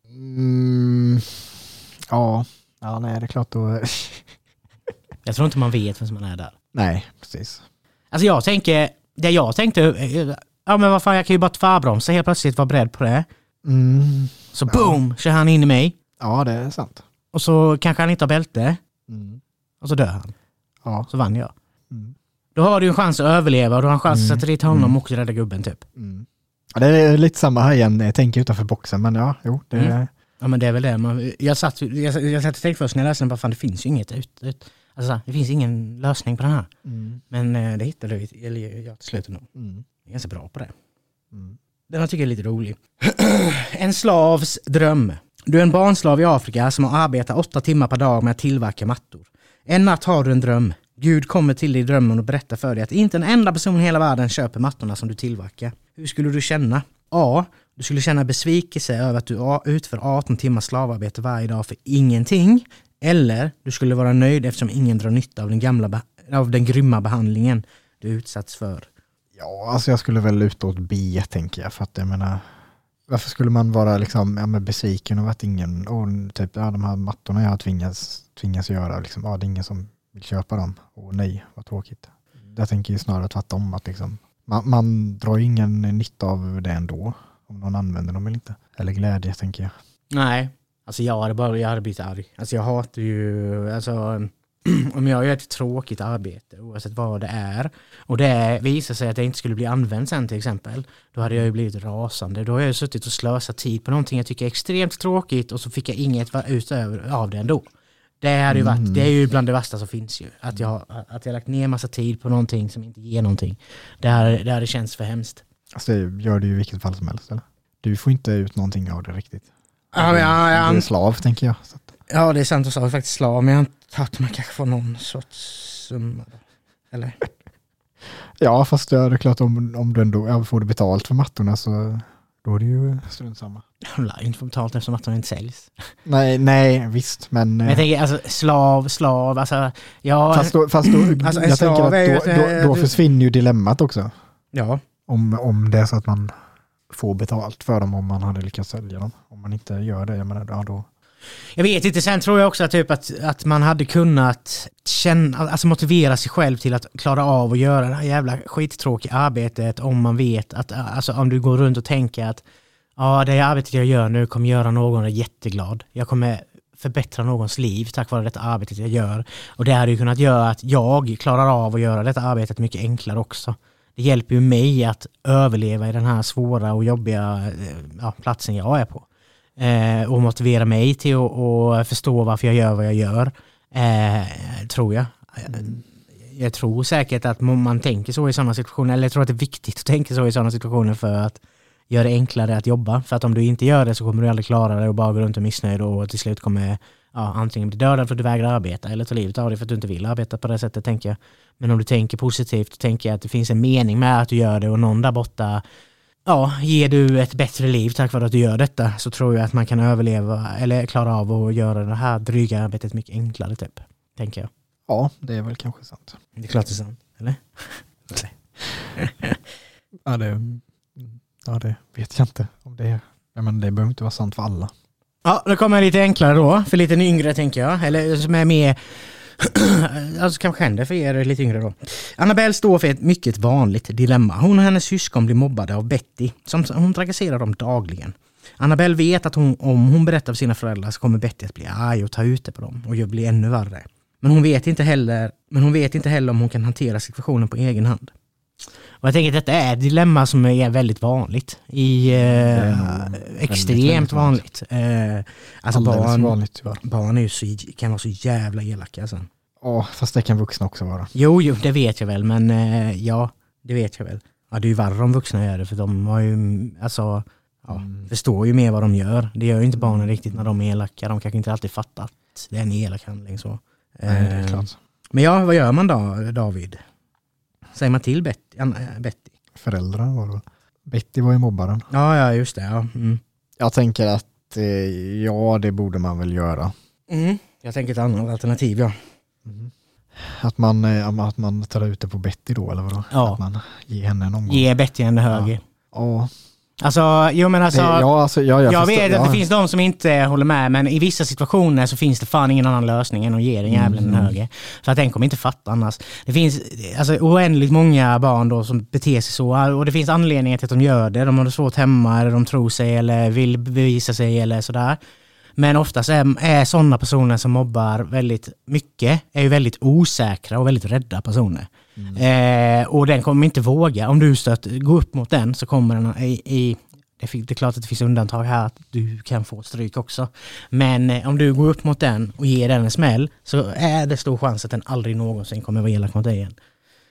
Mm, ja, ja, nej, det är klart då. Jag tror inte man vet vem som man är där. Nej, precis. Alltså jag tänker, det jag tänkte, ja men vad fan, jag kan ju bara tvärbromsa helt plötsligt, vara beredd på det. Mm, så boom, ja. Kör han in i mig. Ja, det är sant. Och så kanske han inte har bälte. Mm. Och så dör han. Ja. Så vann jag. Mm. Då har du en chans att överleva och du har en chans mm. att sätta dit honom mm. och rädda gubben typ. Mm. Ja, det är lite samma här igen. Jag tänker utanför boxen, men ja, jo. Det mm. Ja, men det är väl det. Man, jag satt jag, jag satt och tänkte först när jag läste den, bara fan det finns ju inget ut, ut. Alltså det finns ingen lösning på den här. Mm. Men eh, det hittade vi, eller jag till slut ändå. Mm. Jag är ganska bra på det. Mm. Den här tycker jag är lite rolig. En slavs dröm. Du är en barnslav i Afrika som har arbetat åtta timmar per dag med att tillverka mattor. En natt har du en dröm. Gud kommer till dig i drömmen och berättar för dig att inte en enda person i hela världen köper mattorna som du tillverkar. Hur skulle du känna? A. Du skulle känna besvikelse över att du utför arton timmars slavarbete varje dag för ingenting. Eller du skulle vara nöjd eftersom ingen drar nytta av den, gamla, av den grymma behandlingen du utsatts för. Ja, alltså jag skulle väl utåt B, tänker jag. För att jag menar, varför skulle man vara liksom, ja, med besviken över att ingen, och typ, ja, de här mattorna jag tvingas, tvingas göra, liksom, ja, det är ingen som vill köpa dem. Och nej, vad tråkigt. Jag tänker ju snarare tvärtom att liksom, man, man drar ju ingen nytta av det ändå. Om någon använder dem eller inte. Eller glädje, tänker jag. Nej, alltså jag hade bara jag hade blivit arg. Alltså jag hatar ju, alltså om jag gör ett tråkigt arbete oavsett vad det är och det visar sig att det inte skulle bli använt sen till exempel, då hade jag ju blivit rasande. Då har jag ju suttit och slösat tid på någonting jag tycker är extremt tråkigt och så fick jag inget utöver av det ändå. Det hade ju varit, det är ju bland det värsta som finns ju. Att jag, att jag lagt ner massa tid på någonting som inte ger någonting. Det hade, det hade känts för hemskt. Alltså det gör det ju i vilket fall som helst, eller? Du får inte ut någonting av det riktigt. Ja, men ja, ja. Du är slav, tänker jag. Så att... Ja, det är sant, och så är faktiskt slav, men jag har inte att man kanske får någon sorts summa. Eller? Ja, fast det är klart om, om du ändå ja, får du betalt för mattorna så då är det ju strunt samma. Jag lär inte få betalt eftersom mattorna inte säljs. Nej, nej, visst, men... men jag tänker, alltså, slav, slav, alltså... Ja, fast då, fast då alltså, jag tänker att då, då, då försvinner ju dilemmat också. Ja. Om, om det är så att man får betalt för dem om man hade lyckats sälja dem. Om man inte gör det, jag menar, ja, då... Jag vet inte, sen tror jag också att, typ att, att man hade kunnat känna, alltså motivera sig själv till att klara av att göra det här jävla skittråkiga arbetet om man vet att, alltså om du går runt och tänker att ja, det arbetet jag gör nu kommer göra någon jätteglad. Jag kommer förbättra någons liv tack vare detta arbetet jag gör. Och det hade ju kunnat göra att jag klarar av att göra detta arbetet mycket enklare också. Det hjälper ju mig att överleva i den här svåra och jobbiga ja, platsen jag är på. Eh, och motivera mig till att och förstå varför jag gör vad jag gör, eh, tror jag. Mm. Jag tror säkert att man tänker så i sådana situationer, eller jag tror att det är viktigt att tänka så i sådana situationer för att göra det enklare att jobba. För att om du inte gör det så kommer du aldrig klara det och bara gå runt och missnöjd och till slut kommer ja, antingen bli dödad för att du vägrar arbeta eller ta livet av dig för att du inte vill arbeta på det sättet, tänker jag. Men om du tänker positivt och tänker att det finns en mening med att du gör det och någon där borta ja, ger du ett bättre liv tack vare att du gör detta, så tror jag att man kan överleva eller klara av att göra det här dryga arbetet mycket enklare, typ, tänker jag. Ja, det är väl kanske sant. Det är klart det är sant, eller? ja, det, ja, det vet jag inte om det är. Men det behöver inte vara sant för alla. Ja, då kommer jag lite enklare då, för lite yngre tänker jag, eller som är mer Alltså kanske händer för er lite yngre då. Annabelle står för ett mycket vanligt dilemma. Hon och hennes syskon blir mobbade av Betty, som hon trakasserar dem dagligen. Annabelle vet att hon, om hon berättar för sina föräldrar så kommer Betty att bli arg och ta ut det på dem och bli ännu värre. Men hon vet inte heller, men hon vet inte heller om hon kan hantera situationen på egen hand. Och jag tänker att detta är ett dilemma som är väldigt vanligt. I, eh, extremt vanligt. vanligt. Eh, alltså barn, vanligt, barn är ju så, kan vara så jävla elaka. Alltså. Ja, fast det kan vuxna också vara. Jo, jo, det vet jag väl. Men eh, ja, det vet jag väl. Ja, det är ju värre om vuxna gör det. För de har ju, alltså, ja, mm. förstår ju mer vad de gör. Det gör ju inte barnen riktigt när de är elaka. De kanske inte alltid fattar att det är en elak handling. Så. Nej, det är klart. Men ja, vad gör man då, David? Säger man till Betty? Betty? Föräldrar var det. Betty var ju mobbaren. Ja, ja just det. Ja. Mm. Jag tänker att eh, ja, det borde man väl göra. Mm. Jag tänker ett annat alternativ, ja. Mm. Att, man, eh, att man tar ut det på Betty då, eller vadå? Ja. Att man ger henne en omgång. Ge Betty en höger. Ja. ja. Alltså, jo men alltså, ja, alltså ja, jag, jag förstår, vet att ja. det finns de som inte håller med, men i vissa situationer så finns det fan ingen annan lösning än att ge den jävlen en höger. För att den kommer inte fatta annars. Det finns alltså oändligt många barn då som beter sig så, och det finns anledningar till att de gör det. De har det svårt hemma, eller de tror sig eller vill bevisa sig eller sådär. Men oftast är, är sådana personer som mobbar väldigt mycket är ju väldigt osäkra och väldigt rädda personer. Mm. Eh, och den kommer inte våga. Om du stött, går upp mot den så kommer den i, i det, det är klart att det finns undantag här att du kan få stryk också. Men eh, om du går upp mot den och ger den en smäll så är det stor chans att den aldrig någonsin kommer vara elak mot dig igen.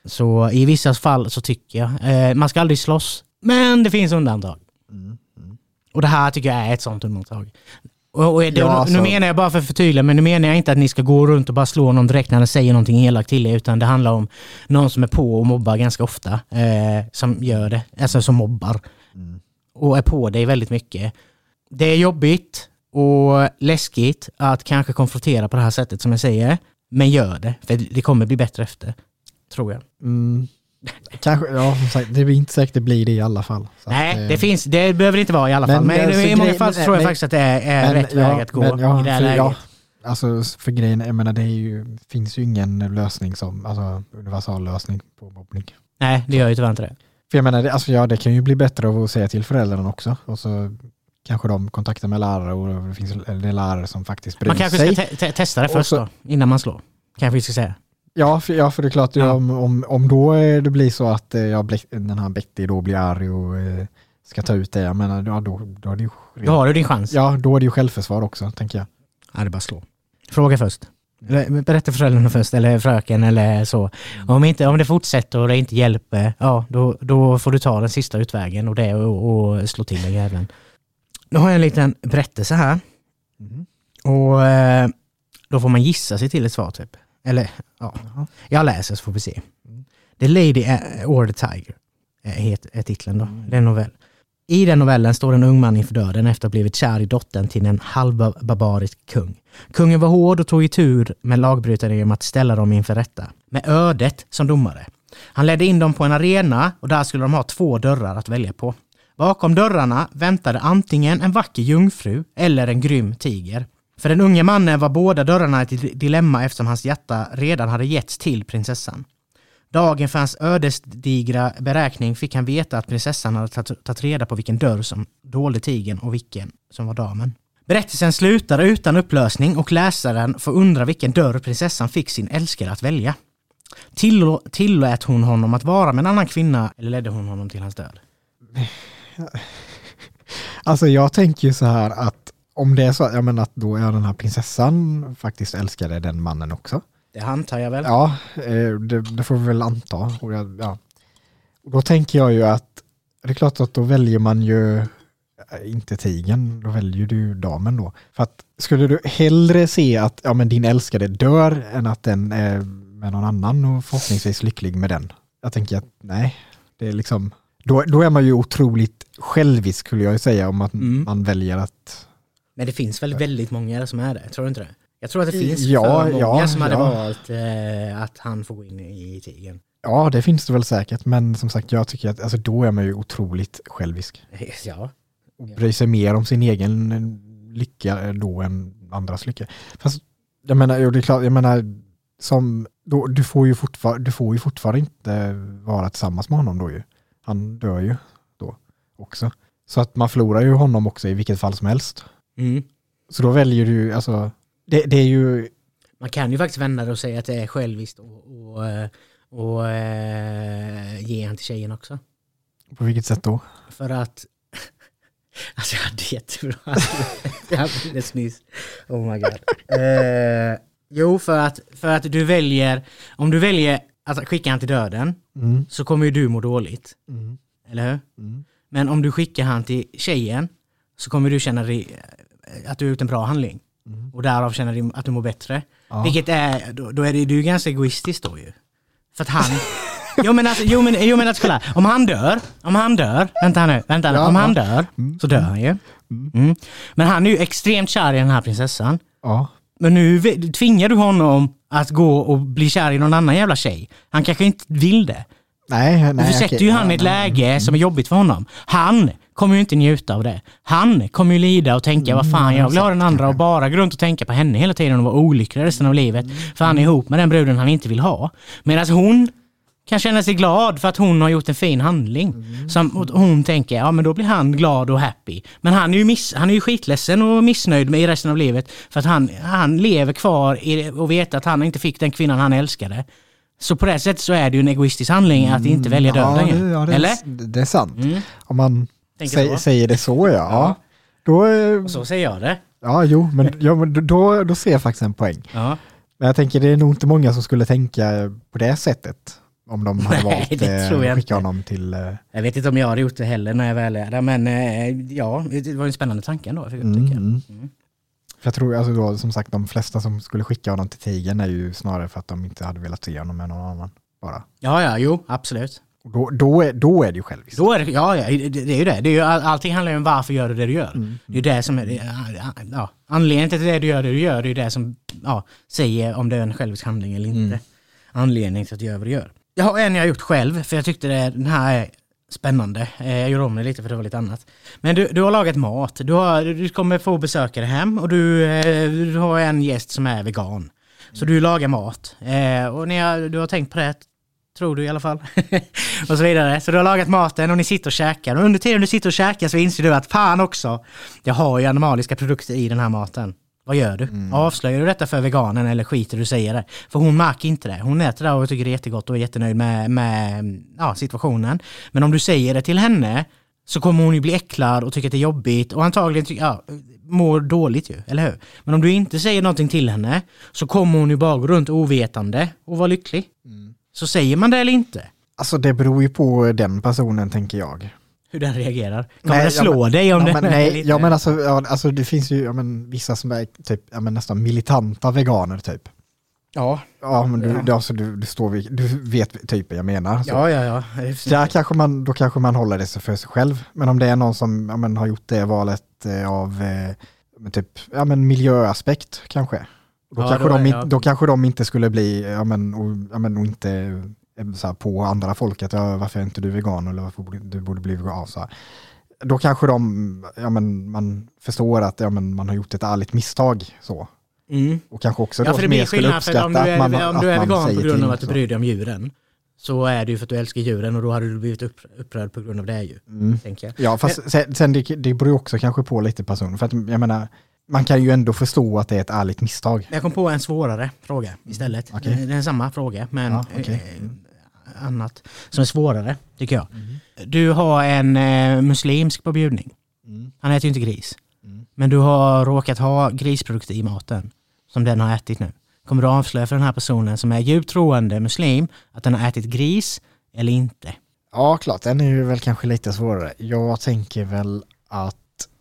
Så i vissa fall så tycker jag eh, man ska aldrig slåss, men det finns undantag. Mm. Mm. Och det här tycker jag är ett sånt undantag. Och, och det, ja, alltså. Nu menar jag bara för att förtydliga, men nu menar jag inte att ni ska gå runt och bara slå någon direkt när den säger någonting elakt till er, utan det handlar om någon som är på och mobbar ganska ofta, eh, som gör det, alltså som mobbar mm. och är på dig väldigt mycket. Det är jobbigt och läskigt att kanske konfrontera på det här sättet som jag säger, men gör det, för det kommer bli bättre efter, tror jag. Mm. Kanske, ja, som sagt, det är inte säkert det blir det i alla fall. Så Nej, att, det finns, det behöver inte vara i alla fall. Men, men i många fall så tror jag men, faktiskt att det är, är men, rätt ja, väg att gå men, ja, i det här för, läget. Ja, alltså för grejen, jag menar, det är ju, finns ju ingen lösning som, alltså universal lösning på mobbning. Nej, det gör ju tyvärr inte det. För jag menar, det, alltså, ja, det kan ju bli bättre av att säga till föräldrarna också. Och så kanske de kontaktar med lärare, och det finns det är lärare som faktiskt bryr sig. Man kanske ska te- te- testa det först så, då, innan man slår. Kanske vi ska säga. Ja, för, ja, för det är klart, ja. om, om, om då det blir så att ja, den här Betty då blir arg och eh, ska ta ut det, jag menar, ja, då, då, är det ju, då har du din chans. Ja, då är det ju självförsvar också, tänker jag. Ja, det är bara slå. Fråga först. Berätta för föräldrarna först, eller fröken, eller så. Mm. Om, inte, om det fortsätter och det inte hjälper, ja, då, då får du ta den sista utvägen och det och, och slå till den jäveln. Nu har jag en liten berättelse här. Mm. Och eh, då får man gissa sig till ett svar, typ. Eller, ja, jag läser så får vi se. The Lady or the Tiger är titeln då. Det är en novell. I den novellen står en ung man inför döden efter att ha blivit kär i dottern till en halvbarbarisk kung. Kungen var hård och tog i tur med lagbrytare genom att ställa dem inför rätta. Med ödet som domare. Han ledde in dem på en arena och där skulle de ha två dörrar att välja på. Bakom dörrarna väntade antingen en vacker jungfru eller en grym tiger. För den unge mannen var båda dörrarna ett dilemma eftersom hans hjärta redan hade getts till prinsessan. Dagen för hans ödesdigra beräkning fick han veta att prinsessan hade tagit reda på vilken dörr som dolde tigern och vilken som var damen. Berättelsen slutar utan upplösning och läsaren får undra vilken dörr prinsessan fick sin älskare att välja. Till- tillät hon honom att vara med en annan kvinna eller ledde hon honom till hans död? Alltså jag tänker ju så här att om det är så, jag menar att då är den här prinsessan faktiskt älskade den mannen också. Det antar jag väl. Ja, det, det får vi väl anta. Och jag, ja. Och då tänker jag ju att det är klart att då väljer man ju inte tigen, då väljer du damen då. För att skulle du hellre se att ja, men din älskade dör än att den är med någon annan och förhoppningsvis lycklig med den. Jag tänker att nej, det är liksom då, då är man ju otroligt självisk skulle jag säga om att mm. man väljer att. Men det finns väl väldigt många som är det, tror du inte det? Jag tror att det finns ja, för många ja, som hade ja. valt eh, att han får gå in i tigen. Ja, det finns det väl säkert. Men som sagt, jag tycker att alltså, då är man ju otroligt självisk. Ja. Och bryr sig mer om sin egen lycka då än andras lycka. Fast jag menar, det är klart, jag menar som, då, du, får ju fortfar- du får ju fortfarande inte vara tillsammans med honom då ju. Han dör ju då också. Så att man förlorar ju honom också i vilket fall som helst. Mm. Så då väljer du, alltså, det, det är ju... Man kan ju faktiskt vända det och säga att det är själviskt och, och, och, och äh, ge han till tjejen också. På vilket sätt då? För att alltså jag hade jättebra jag hade det nyss. Oh my god. Eh, jo, för att, för att du väljer, om du väljer att skicka han till döden mm. så kommer ju du må dåligt. Mm. Eller hur? Mm. Men om du skickar han till tjejen så kommer du känna dig, att du har gjort en bra handling. Mm. Och därav känner du att du mår bättre. Ja. Vilket är, då, då är det du är ganska egoistisk då ju. För att han Jo men alltså, jo men, jo men alltså, kolla. Om han dör, om han dör, vänta nu, vänta nu, ja, om han dör, mm. så dör han ju. Mm. Men han är ju extremt kär i den här prinsessan. Ja. Men nu tvingar du honom att gå och bli kär i någon annan jävla tjej. Han kanske inte vill det. Nej, nej. Du sätter okay. ju han i ett läge mm. som är jobbigt för honom. Han kommer ju inte njuta av det. Han kommer ju lida och tänka, vad fan, jag vill ha den andra och bara gå runt och tänka på henne hela tiden och vara olycklig resten av livet. För han är ihop med den bruden han inte vill ha. Medan hon kan känna sig glad för att hon har gjort en fin handling. Mm. Som hon tänker, ja men då blir han glad och happy. Men han är ju, miss, han är ju skitledsen och missnöjd med i resten av livet. För att han, han lever kvar i, och vet att han inte fick den kvinnan han älskade. Så på det sättet så är det ju en egoistisk handling att inte välja döden. Ja, det, ja, det, eller? Det är sant. Mm. Om man sä, säger det så, ja. ja. Då, och så säger jag det. Ja, jo, men, ja, men då, då ser jag faktiskt en poäng. Ja. Men jag tänker, det är nog inte många som skulle tänka på det sättet. Om de hade valt att skicka honom till... Uh... Jag vet inte om jag hade gjort det heller när jag väl är där. Men uh, ja, det var en spännande tanke ändå. Mm. Mm. För jag tror, alltså då, som sagt, de flesta som skulle skicka honom till tigern är ju snarare för att de inte hade velat se honom med någon annan. Bara. Ja, ja, jo, absolut. Och då, då, är, då är det ju själviskt. Då är det, ja, ja det, det är ju det. det är ju, all, allting handlar ju om varför gör du det du gör. Mm. Det är ju det som är... Ja, anledningen till det du gör det du gör, det är ju det som ja, säger om det är en självisk handling eller inte. Mm. Anledningen till att du gör vad du gör. Jag har en jag har gjort själv, för jag tyckte det, den här är spännande. Jag gjorde om det lite för det var lite annat. Men du, du har lagat mat. Du, har, du kommer få besökare hem och du, du har en gäst som är vegan. Så du lagar mat. Och ni har, du har tänkt på det, tror du i alla fall. och så vidare. Så du har lagat maten och ni sitter och käkar. Och under tiden du sitter och käkar så inser du att fan också, jag har ju animaliska produkter i den här maten. Vad gör du? Mm. Avslöjar du detta för veganen eller skiter du säger det? För hon märker inte det. Hon äter det och tycker det är jättegott och är jättenöjd med, med ja, situationen. Men om du säger det till henne så kommer hon ju bli äcklad och tycka att det är jobbigt och antagligen tycker, ja, mår dåligt ju, eller hur? Men om du inte säger någonting till henne så kommer hon ju bara gå runt ovetande och vara lycklig. Mm. Så säger man det eller inte? Alltså det beror ju på den personen, tänker jag. Hur den reagerar. Kommer nej, det slå ja, dig om ja, det men, nej, ja men alltså, ja, alltså det finns ju ja, men, vissa som är typ, ja, men, nästan militanta veganer typ. Ja. Ja men du, ja. Alltså, du, du, står vid, du vet typen jag menar. Så. Ja, ja, ja. Där kanske man, då kanske man håller det sig för sig själv. Men om det är någon som ja, men, har gjort det valet eh, av eh, typ, ja, men, miljöaspekt kanske. Då, ja, kanske då, de, är, ja. då kanske de inte skulle bli ja, men, och, ja, men, och inte så här, på andra folket. Ja, varför är inte du vegan eller varför borde, du borde bli vegan? Så här. Då kanske de, ja, men, man förstår att ja, men, man har gjort ett ärligt misstag så. Mm. Och kanske också ja, då mer skulle uppskatta om du är, att man, om du är vegan på grund av att du så. bryr dig om djuren så är det ju för att du älskar djuren och då hade du blivit upp, upprörd på grund av det ju, mm. tänker jag. Ja, fast Men, sen, sen det, det beror också kanske på lite person för att jag menar, man kan ju ändå förstå att det är ett ärligt misstag. Jag kom på en svårare fråga istället. Mm. Okay. Det är samma fråga, men ja, okay. eh, annat som är svårare, tycker jag. Mm. Du har en eh, muslimsk på bjudning. Mm. Han äter ju inte gris. Mm. Men du har råkat ha grisprodukter i maten som den har ätit nu. Kommer du avslöja för den här personen som är djupt troende muslim att den har ätit gris eller inte? Ja, klart. Den är ju väl kanske lite svårare. Jag tänker väl att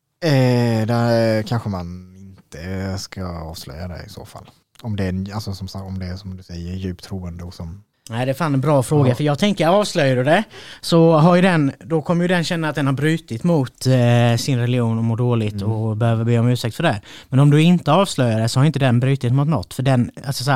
eh, där kanske man inte ska avslöja det i så fall. Om det är, alltså, som, om det är som du säger djupt troende och som... Nej, det är fan en bra fråga. Ja. För jag tänker, avslöjar du det så har ju den, då kommer ju den känna att den har brutit mot eh, sin religion och mår dåligt mm. och behöver be om ursäkt för det. Men om du inte avslöjar det så har inte den brutit mot något. För den, alltså så här,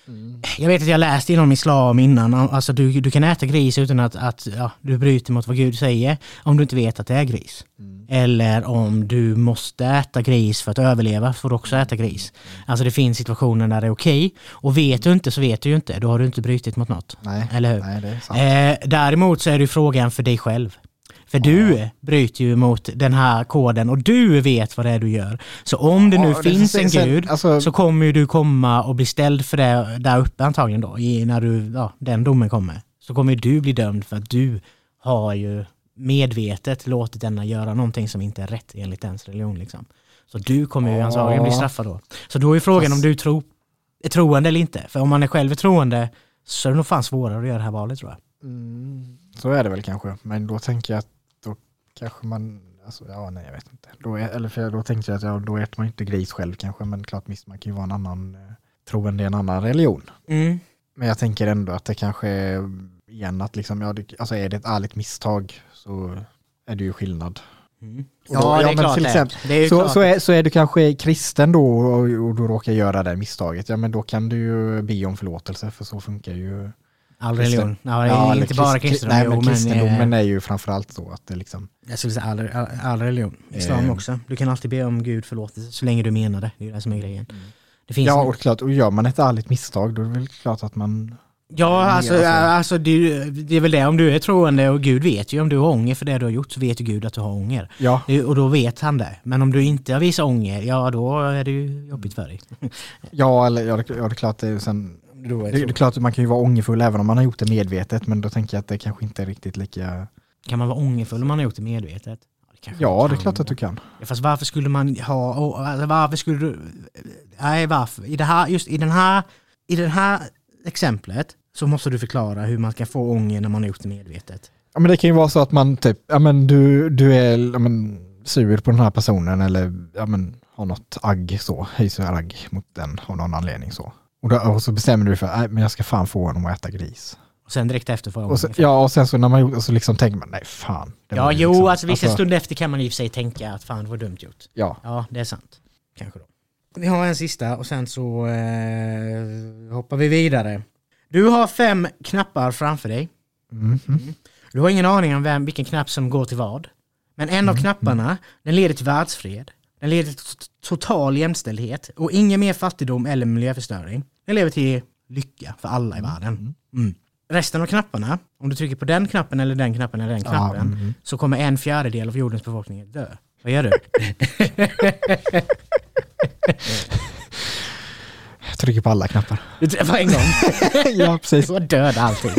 Mm. Jag vet att jag läste inom islam innan, alltså du, du kan äta gris utan att, att ja, du bryter mot vad Gud säger om du inte vet att det är gris. Mm. Eller om du måste äta gris för att överleva får du också äta gris. Mm. Alltså det finns situationer där det är okej och vet du inte så vet du ju inte, då har du inte brutit mot något. Nej, eller hur? Nej, det är sant. Eh, däremot så är det frågan för dig själv. För du bryter ju mot den här koden och du vet vad det är du gör. Så om det nu ja, finns det en sen, gud alltså, så kommer ju du komma och bli ställd för det där uppe antagligen då. I, när du, ja, den domen kommer. Så kommer ju du bli dömd för att du har ju medvetet låtit denna göra någonting som inte är rätt enligt ens religion. Liksom. Så du kommer ju antagligen bli straffad då. Så då är frågan Fast, om du tro, är troende eller inte. För om man är själv är troende så är det nog fan svårare att göra det här valet tror jag. Mm, så är det väl kanske. Men då tänker jag att kanske man, alltså, ja nej jag vet inte. Då är, eller för då tänkte jag att ja, då äter man inte gris själv kanske, men klart visst man kan ju vara en annan, eh, troende i en annan religion. Mm. Men jag tänker ändå att det kanske är, igen att liksom, ja, det, alltså är det ett ärligt misstag så är det ju skillnad. Mm. Ja, då, ja, det är klart till exempel, det. Är så, så, är, så är du kanske kristen då och, och då råkar göra det misstaget, ja men då kan du ju be om förlåtelse för så funkar ju all religion. Ja, ja, inte krist, bara kristendom. Nej, men kristendomen är ju framförallt så att det liksom... Jag skulle säga all, all, all religion. Islam eh, också. Du kan alltid be om Gud förlåtelse så länge du menar det. Det är det som är grejen. Mm. Det finns ja, en... och klart. Och gör man ett ärligt misstag då är det väl klart att man... Ja, alltså, alltså, alltså det, det är väl det. Om du är troende och Gud vet ju om du har ånger för det du har gjort så vet ju Gud att du har ånger. Ja. Det, och då vet han det. Men om du inte har visat ånger, ja då är det ju jobbigt för dig. ja, eller, ja, det, ja, det är klart det är sen... Det, det är klart att man kan ju vara ångerfull även om man har gjort det medvetet, men då tänker jag att det kanske inte är riktigt lika... Kan man vara ångerfull om man har gjort det medvetet? Ja, det, ja, det är klart att du kan. Ja, fast varför skulle man ha... Alltså varför skulle du... Nej, varför? I det här, just i den här, i den här exemplet så måste du förklara hur man kan få ånger när man har gjort det medvetet. Ja, men det kan ju vara så att man typ... Ja, men du, du är ja, men, sur på den här personen eller ja, men, har något agg så. Hyser agg mot den av någon anledning så. Och, då, och så bestämmer du för att men jag ska fan få honom att äta gris. Och sen direkt efter får och så, Ja, och sen så när man gjort så liksom tänker man, nej fan. Ja, jo, liksom, alltså vissa alltså, stund efter kan man i och för sig tänka att fan det var dumt gjort. Ja. Ja, det är sant. Kanske då. Vi har en sista och sen så eh, hoppar vi vidare. Du har fem knappar framför dig. Mm. Mm. Du har ingen aning om vem, vilken knapp som går till vad. Men en av knapparna, mm. den leder till världsfred. Den leder till total jämställdhet och ingen mer fattigdom eller miljöförstöring. Den leder till lycka för alla i världen. Mm. Resten av knapparna, om du trycker på den knappen eller den knappen eller den knappen, ja, mm. så kommer en fjärdedel av jordens befolkning dö. Vad gör du? Jag trycker på alla knappar. Du träffar en gång. Ja, precis. Så död allting.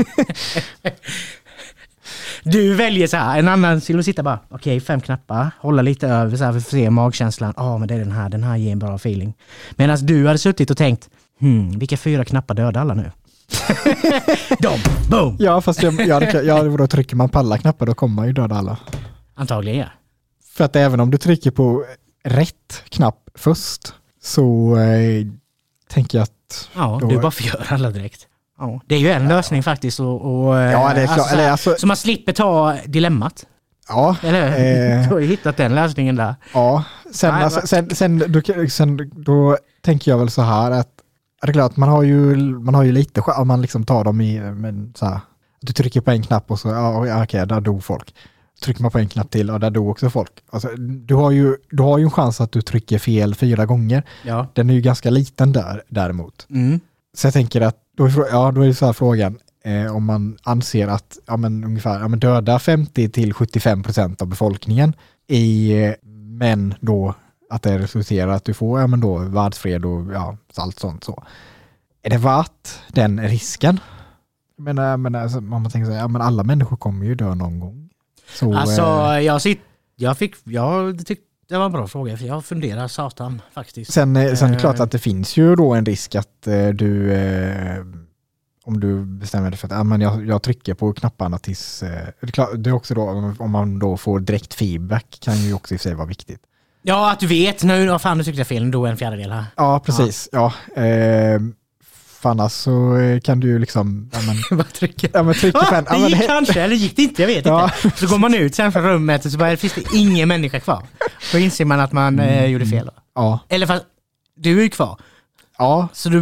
Du väljer så här, en annan skulle sitta bara, okej, okay, fem knappar, hålla lite över så här för att se magkänslan. Ja, oh, men det är den här, den här ger en bra feeling. Medan du hade suttit och tänkt, hmm, vilka fyra knappar dödar alla nu? De, boom! Ja, fast jag, ja, det, ja, då trycker man på alla knappar, då kommer man ju döda alla. Antagligen, ja. För att även om du trycker på rätt knapp först så eh, tänker jag att... Ja, då, du bara förgör alla direkt. Ja, det är ju en ja. lösning faktiskt. Och, och, ja, det är klart. Alltså, Eller, alltså, så man slipper ta dilemmat. Ja. Eller eh, du har ju hittat den lösningen där. Ja, sen, Nej, alltså, sen, sen, då, sen då tänker jag väl så här att det är klart, man har ju, man har ju lite om man liksom tar dem i, men så här, du trycker på en knapp och så, ja okej, okay, där dog folk. Trycker man på en knapp till och där dog också folk. Alltså, du har ju, du har ju en chans att du trycker fel fyra gånger. Ja. Den är ju ganska liten där däremot. Mm. Så jag tänker att, då är, ja, då är det så här frågan, eh, om man anser att ja, men, ungefär ja, men döda femtio till sjuttiofem procent av befolkningen i, eh, men då att det resulterar att du får ja, men då, världsfred och ja, allt sånt så. Är det värt den risken? Jag menar, men, alltså, om man tänker så här, ja, men alla människor kommer ju dö någon gång. Så, alltså, eh, jag, sitt, jag fick, jag tyckte det var en bra fråga, för jag funderar satan faktiskt. Sen, eh, sen är det klart att det finns ju då en risk att eh, du, eh, om du bestämmer dig för att ja, men jag, jag trycker på knapparna tills, eh, det, är klart, det är också då, om man då får direkt feedback kan ju också i sig vara viktigt. Ja, att du vet nu, vad fan du tyckte jag fel, då är en fjärdedel här. Ja, precis. Ja. ja eh, annars så kan du ju liksom ja, men, bara trycka. Ja, men trycka ah, på en. Det gick ja, kanske, eller gick det inte, jag vet ja. inte. Så går man ut sen från rummet och så bara, finns det ingen människa kvar. Då inser man att man mm. eh, gjorde fel. Då. Ja. Eller fast, du är ju kvar. Ja. Så du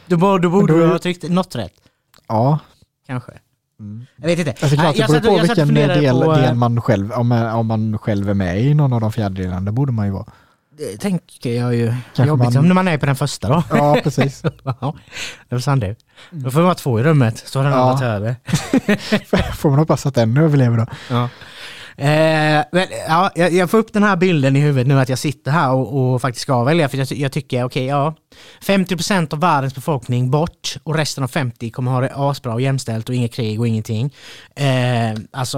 Då, då, då borde du, du ha tryckt något rätt. Ja. Kanske. Mm. Jag vet inte. Alltså, klart, jag det beror på jag vilken del, på, del man själv, om man, om man själv är med i någon av de fjärdedelarna, det borde man ju vara. Det tänker jag ju. Kanske jobbigt man... om när man är på den första då. Ja, precis. Ja, det var sant det. Då får man vara två i rummet, så har den andra ja. över. Får man hoppas att den överlever då. Ja. Eh, men, ja, jag, jag får upp den här bilden i huvudet nu att jag sitter här och, och faktiskt ska välja, för jag, jag tycker okej, okay, ja, femtio procent av världens befolkning bort och resten av femtio kommer ha det asbra och jämställt och inga krig och ingenting. Eh, alltså,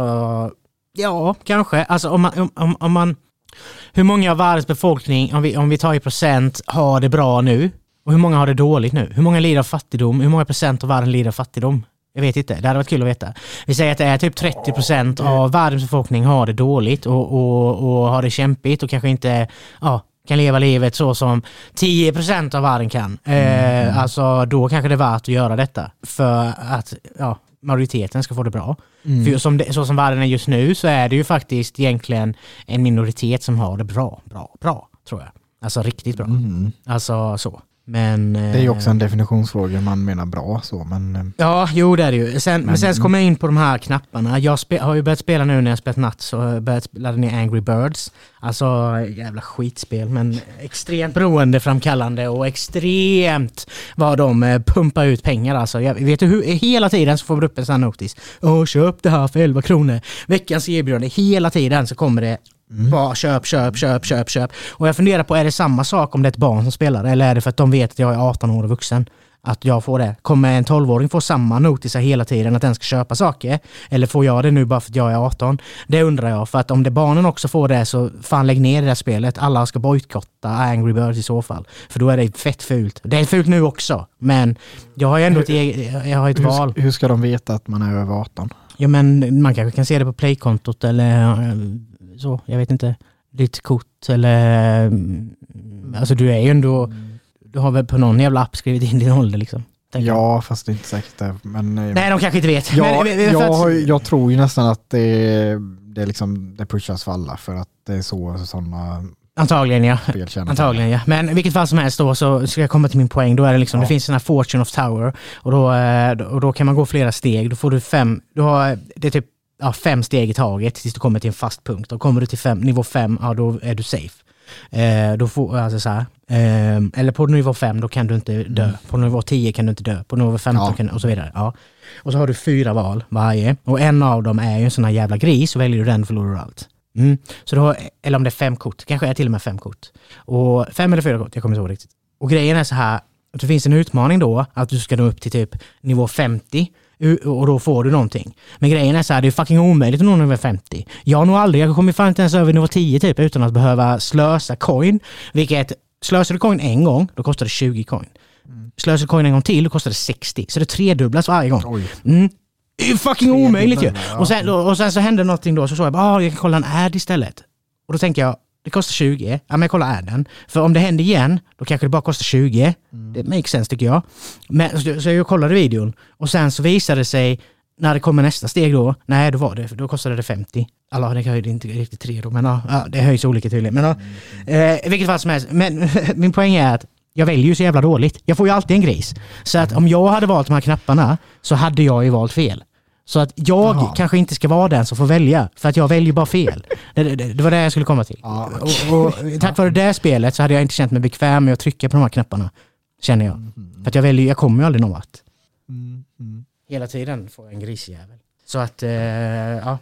ja, kanske. Alltså om man, om, om man hur många av världens befolkning, om vi, om vi tar i procent, har det bra nu och hur många har det dåligt nu? Hur många lider av fattigdom? Hur många procent av världen lider av fattigdom? Jag vet inte, det hade varit kul att veta. Vi säger att det är typ trettio procent av världens befolkning har det dåligt och, och, och har det kämpigt och kanske inte ja, kan leva livet så som tio procent av världen kan. Mm. Eh, alltså då kanske det är värt att göra detta för att ja, majoriteten ska få det bra. Mm. För som det, så som världen är just nu så är det ju faktiskt egentligen en minoritet som har det bra, bra, bra tror jag. Alltså riktigt bra. Mm. Alltså så. Men, det är ju också en definitionsfråga, man menar bra så, men... Ja, jo det är det ju. Sen, men, men sen så kommer jag in på de här knapparna. Jag spe, har ju börjat spela nu när jag spelat natt, så har jag börjat ladda ner Angry Birds. Alltså jävla skitspel, men extremt beroendeframkallande och extremt vad de pumpar ut pengar. Alltså, jag vet du hur hela tiden så får vi upp en sån här notis. Åh, köp det här för elva kronor. Veckans erbjudande, hela tiden så kommer det Mm. bara köp, köp, köp, köp, köp. Och jag funderar på, är det samma sak om det är ett barn som spelar, eller är det för att de vet att jag är arton år och vuxen att jag får det? Kommer en tolvåring få samma notiser hela tiden att den ska köpa saker? Eller får jag det nu bara för att jag är arton? Det undrar jag, för att om det barnen också får det, så fan lägg ner det där spelet. Alla ska bojkotta Angry Birds i så fall. För då är det fett fult. Det är fult nu också, men jag har ju ändå ett, eget, jag har ett hur, val. Hur ska de veta att man är över arton? Ja, men man kanske kan se det på playkontot eller så, jag vet inte, ditt kort eller alltså du är ju ändå, du har väl på någon jävla app skrivit in din ålder liksom. Ja, jag. Fast det är inte säkert det. Men, nej, de kanske inte vet. Ja, men, jag, jag, jag tror ju nästan att det, det, liksom, det pushas för alla, för att det är så sådana... Antagligen ja. Antagligen ja. Men i vilket fall som helst då, så ska jag komma till min poäng. Då är det liksom, ja. Det finns den här Fortune of Tower och då, och då kan man gå flera steg. Då får du fem, du har, det är typ ja, fem steg i taget tills du kommer till en fast punkt. Och kommer du till fem, nivå fem, ja då är du safe. Eh, då får, alltså så här, eh, eller på nivå fem då kan du inte dö. Mm. På nivå tio kan du inte dö. På nivå femton ja. kan, och så vidare. Ja. Och så har du fyra val varje. Och en av dem är ju en sån här jävla gris, så väljer du den, förlorar allt. Mm. Så då, eller om det är fem kort, kanske är till och med fem kort. Och fem eller fyra kort, jag kommer inte ihåg riktigt. Och grejen är så här, att det finns en utmaning då, att du ska nå upp till typ nivå femtio. Och då får du någonting. Men grejen är så här, det är fucking omöjligt att nå nivå femtio. Jag har nog aldrig, jag kommer fan inte ens över nivå tio typ utan att behöva slösa coin. Vilket, slösar du coin en gång, då kostar det tjugo coin. Mm. Slösar du coin en gång till, då kostar det sextio. Så det tredubblas varje gång. Mm. Det är fucking omöjligt ju. Ja. Och, sen, och sen så hände någonting då, så så jag bara, ah, jag kan kolla en ad istället. Och då tänker jag, det kostar tjugo. Ja, men jag kollar adden. För om det händer igen, då kanske det bara kostar tjugo. Mm. Det makes sense tycker jag. Men, så, så jag kollade videon. Och sen så visade det sig, när det kommer nästa steg då, nej då var det, då kostade det femtio. Alla det höjde inte riktigt tre då, men ja, det höjs olika tydligen. Men ja, mm. eh, vilket fall som helst. Men min poäng är att jag väljer ju så jävla dåligt. Jag får ju alltid en gris. Så att om jag hade valt de här knapparna, så hade jag ju valt fel. Så att jag Jaha. kanske inte ska vara den som får välja. För att jag väljer bara fel. Det, det, det var det jag skulle komma till. Ja, okay. och, och tack vare det spelet så hade jag inte känt mig bekväm med att trycka på de här knapparna. Känner jag. Mm. För att jag väljer, jag kommer ju aldrig någon vart. Mm. Mm. Hela tiden får jag en grisjävel. Så att, eh, ja.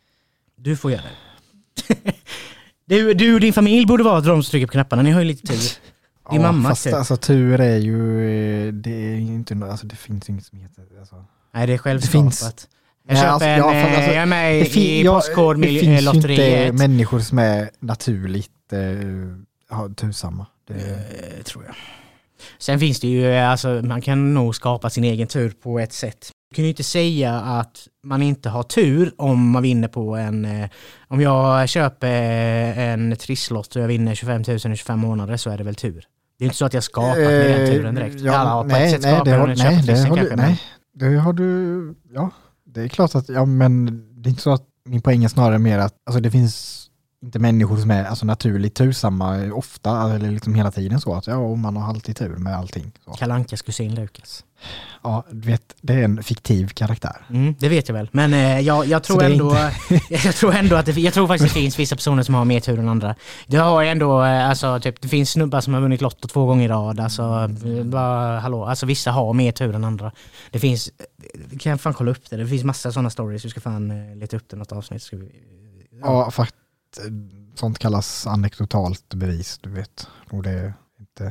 Du får göra det. du, du och din familj borde vara de som trycker på knapparna. Ni har ju lite tur. Din ja, mamma. Fast typ. Alltså tur är ju, det är inte, alltså det finns inget som heter, alltså. Nej, det är självskapat. Jag köper alltså, en, ja, alltså, jag är med det fin- i Postkodlotteriet. Det finns ju inte människor som är naturligt eh, tursamma. Det eh, tror jag. Sen finns det ju, alltså man kan nog skapa sin egen tur på ett sätt. Du kan ju inte säga att man inte har tur om man vinner på en, eh, om jag köper en trisslott och jag vinner tjugofem tusen i tjugofem månader, så är det väl tur. Det är inte så att jag skapat med den turen direkt. Ja, Alla har på nej, ett sätt skapat nej, har, nej, det har du, nej, det har du, ja, det är klart att, ja men det är inte så att min poäng är snarare mer att, alltså det finns inte människor som är alltså, naturligt tursamma ofta eller liksom hela tiden så att ja, man har alltid tur med allting. Så. Kalle Ankas kusin Lukas. Ja, du vet, det är en fiktiv karaktär. Mm, det vet jag väl. Men eh, jag, jag, tror ändå, inte... jag tror ändå att det, jag tror faktiskt det finns vissa personer som har mer tur än andra. Det har ändå, eh, alltså typ, det finns snubbar som har vunnit Lotto två gånger i rad. Alltså, bara, hallå, alltså vissa har mer tur än andra. Det finns, vi kan fan kolla upp det. Det finns massa sådana stories. Vi ska fan eh, leta upp det något avsnitt. Ska vi, ja, ja faktiskt. Sånt kallas anekdotalt bevis, du vet. Och det är inte...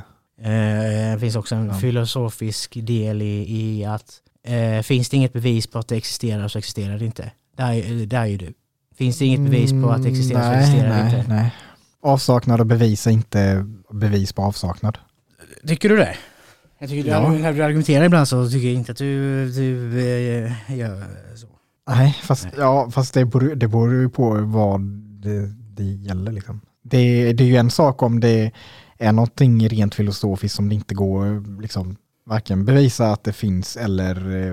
Eh, det finns också en ja. filosofisk del i, i att eh, finns det inget bevis på att det existerar så existerar det inte. Där, där är ju du. Finns det inget bevis på att det existerar mm, så existerar det inte. Nej. Avsaknad och bevis är inte bevis på avsaknad. Tycker du det? Jag tycker ja. du, när du argumenterar ibland så tycker jag inte att du, du eh, gör så. Nej, fast, nej. Ja, fast det beror, det beror ju på vad det, det gäller. Liksom. Det, det är ju en sak om det är någonting rent filosofiskt som det inte går liksom, varken bevisa att det finns eller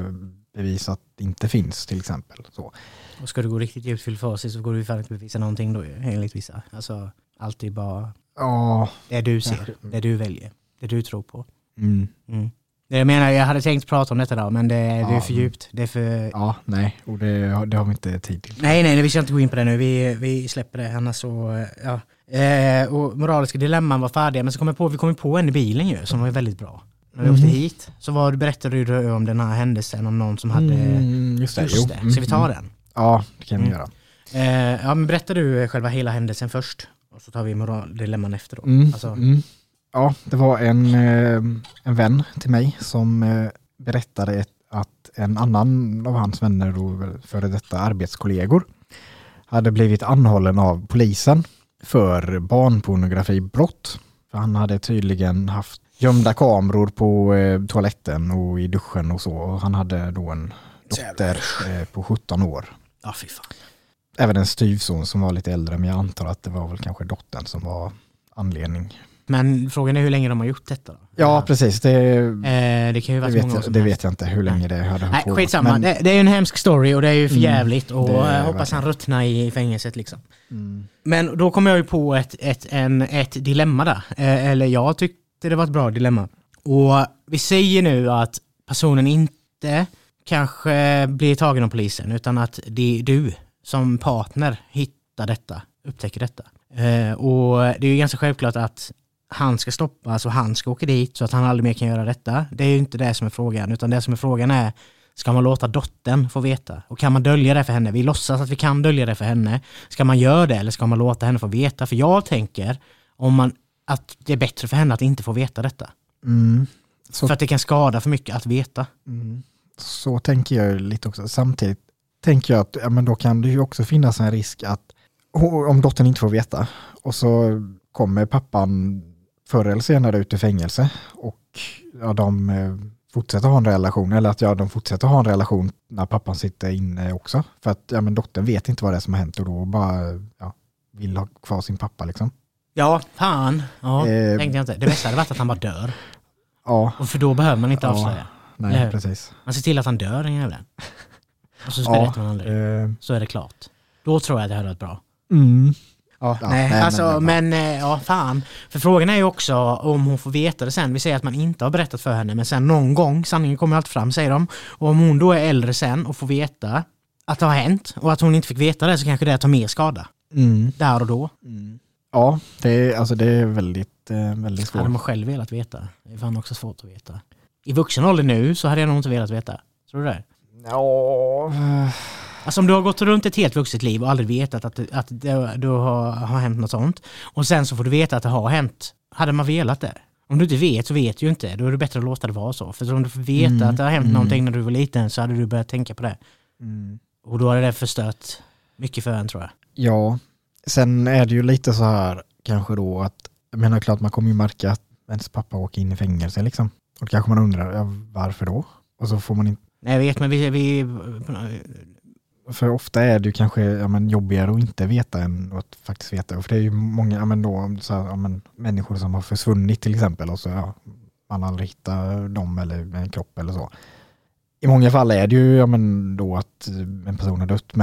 bevisa att det inte finns till exempel. Så. Och ska du gå riktigt djupt filosofiskt så går du ju fan inte bevisa någonting då enligt vissa. Alltså allt är bara ja, det du ser, det du väljer, det du tror på. Mm. Mm. Det jag menar, jag hade tänkt prata om detta då, men det, ja, det är för djupt. Det är för... Ja, nej, och det, det har vi inte tid till. Nej, nej, vi ska inte gå in på det nu. Vi, vi släpper det, annars så, ja. Eh, och moraliska dilemman var färdiga, men så kom jag på, vi kom på en i bilen ju, som var väldigt bra. När vi mm. åkte hit, så var, berättade du om den här händelsen, om någon som hade... Mm, just det, just det. Ska vi ta den? Ja, det kan vi mm. göra. Eh, ja, men berättar du själva hela händelsen först, och så tar vi moraldilemman efter då. Mm. Alltså... Mm. Ja, det var en, en vän till mig som berättade att en annan av hans vänner och före detta arbetskollegor hade blivit anhållen av polisen för barnpornografibrott. För han hade tydligen haft gömda kameror på toaletten och i duschen och så. Och han hade då en dotter på sjutton år. Ja, fy fan. Även en styvson som var lite äldre, men jag antar att det var väl kanske dottern som var anledning. Men frågan är hur länge de har gjort detta då? Ja, precis. Det, eh, det kan ju vara det, vet, många jag, det vet jag inte hur länge det hade Nej, på. Skitsamma. Men, det, det är ju en hemsk story och det är ju för jävligt mm, och jag hoppas verkligen. Han ruttnar i fängelset liksom. Mm. Men då kom jag ju på ett, ett, en, ett dilemma där. Eh, eller jag tyckte det var ett bra dilemma. Och vi säger nu att personen inte kanske blir tagen av polisen utan att det är du som partner hittar detta, upptäcker detta. Eh, och det är ju ganska självklart att han ska stoppas och han ska åka dit så att han aldrig mer kan göra detta. Det är ju inte det som är frågan, utan det som är frågan är, ska man låta dottern få veta? Och kan man dölja det för henne? Vi låtsas att vi kan dölja det för henne. Ska man göra det eller ska man låta henne få veta? För jag tänker om man, att det är bättre för henne att inte få veta detta. Mm. Så, för att det kan skada för mycket att veta. Mm. Så tänker jag lite också. Samtidigt tänker jag att ja, men då kan det ju också finnas en risk att om dottern inte får veta och så kommer pappan förr eller senare ut i fängelse och ja, de fortsätter ha en relation eller att ja, de fortsätter ha en relation när pappan sitter inne också. För att ja, men dottern vet inte vad det är som har hänt och då bara ja, vill ha kvar sin pappa liksom. Ja, fan. Ja, eh, tänkte jag inte. Det bästa hade varit att han bara dör. Ja. Och för då behöver man inte ja, avslöja. Nej, precis. Man ser till att han dör, den jävlen. Och så berättar man aldrig. Eh, så är det klart. Då tror jag att det hade varit bra. Mm. Ja, ja, nej, nej, alltså, men, men ja, fan. För frågan är ju också om hon får veta det sen. Vi säger att man inte har berättat för henne, men sen någon gång, sanningen kommer alltid fram, säger de. Och om hon då är äldre sen och får veta att det har hänt och att hon inte fick veta det, så kanske det tar mer skada. Mm. Där och då. Mm. Ja, det är, alltså, det är väldigt, eh, väldigt svårt. Hade man själv velat veta? Det är fan också svårt att veta. I vuxen ålder nu så hade jag nog inte velat veta. Tror du det? Ja... Alltså om du har gått runt ett helt vuxet liv och aldrig vetat att, att det, du har, har hänt något sånt och sen så får du veta att det har hänt, hade man velat det? Om du inte vet så vet du ju inte, då är det bättre att låta det vara så. För om du får veta mm, att det har hänt mm. någonting när du var liten så hade du börjat tänka på det. Mm. Och då hade det förstört mycket för en, tror jag. Ja, sen är det ju lite så här kanske då att, jag menar klart man kommer ju märka att ens pappa åker in i fängelse liksom. Och kanske man undrar, ja, varför då? Och så får man inte... Nej, jag vet, men vi... vi... För ofta är det ju kanske ja, men, jobbigare att inte veta än att faktiskt veta. För det är ju många ja, men då, så här, ja, men, människor som har försvunnit till exempel och så ja, man aldrig hittar dem eller en kropp eller så. I många fall är det ju ja, men, då att en person har dött, men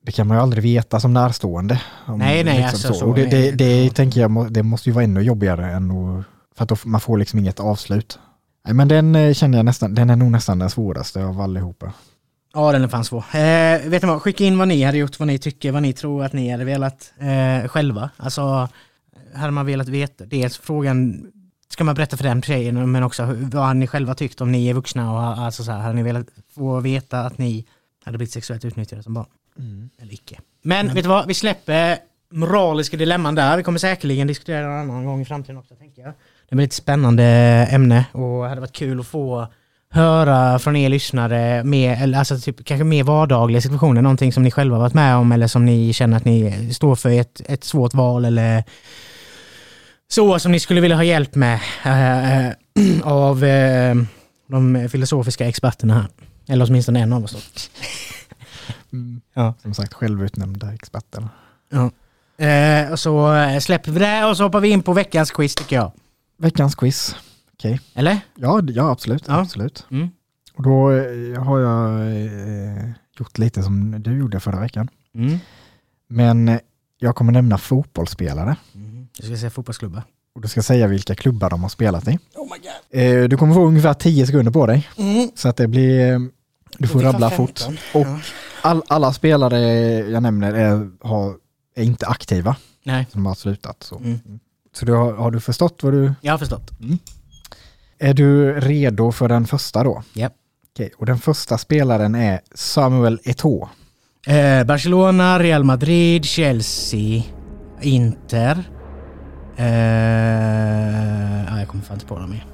det kan man ju aldrig veta som närstående. Om, nej, nej. Liksom Alltså, så. Och det, det, det tänker jag, det måste ju vara ännu jobbigare än att, för att då, man får liksom inget avslut. Nej, men den känner jag nästan, den är nog nästan den svåraste av allihopa. Ja, den är fan svår. Eh, vet ni vad, skicka in vad ni hade gjort, vad ni tycker, vad ni tror att ni hade velat eh, själva. Alltså, hade man velat veta. Dels frågan, ska man berätta för den tjejen, men också vad har ni själva tyckt om ni är vuxna och alltså så här, hade ni velat få veta att ni hade blivit sexuellt utnyttjade som barn? Mm. Eller icke. Men mm. vet du vad, vi släpper moraliska dilemman där. Vi kommer säkerligen diskutera det en annan gång i framtiden också, tänker jag. Det blir ett spännande ämne och det hade varit kul att få höra från er lyssnare med, eller alltså typ, kanske mer vardagliga situationer, någonting som ni själva varit med om eller som ni känner att ni står för ett, ett svårt val eller så som ni skulle vilja ha hjälp med äh, av äh, de filosofiska experterna här. Eller åtminstone en av oss då. Mm. Ja. Som sagt, självutnämnda experterna. Ja. Eh, och så släpper vi det och så hoppar vi in på veckans quiz, tycker jag. Veckans quiz. Okej. Okay. Eller? Ja, ja absolut. Ja. absolut. Mm. Och då eh, har jag eh, gjort lite som du gjorde förra veckan. Mm. Men eh, jag kommer nämna fotbollsspelare. Mm. Jag ska säga fotbollsklubbar. Och du ska säga vilka klubbar de har spelat i. Oh my God. Eh, du kommer få ungefär tio sekunder på dig. Mm. Så att det blir... Eh, du får rabbla fort. Och ja. all, alla spelare jag nämner är, har, är inte aktiva. Nej. Som har slutat. Så, mm. så du har, har du förstått vad du... Jag har förstått. Mm. Är du redo för den första då? Ja. Yep. Okej, och den första spelaren är Samuel Eto'o. Eh, Barcelona, Real Madrid, Chelsea, Inter. Eh, ja, jag kommer fan inte på dem mer.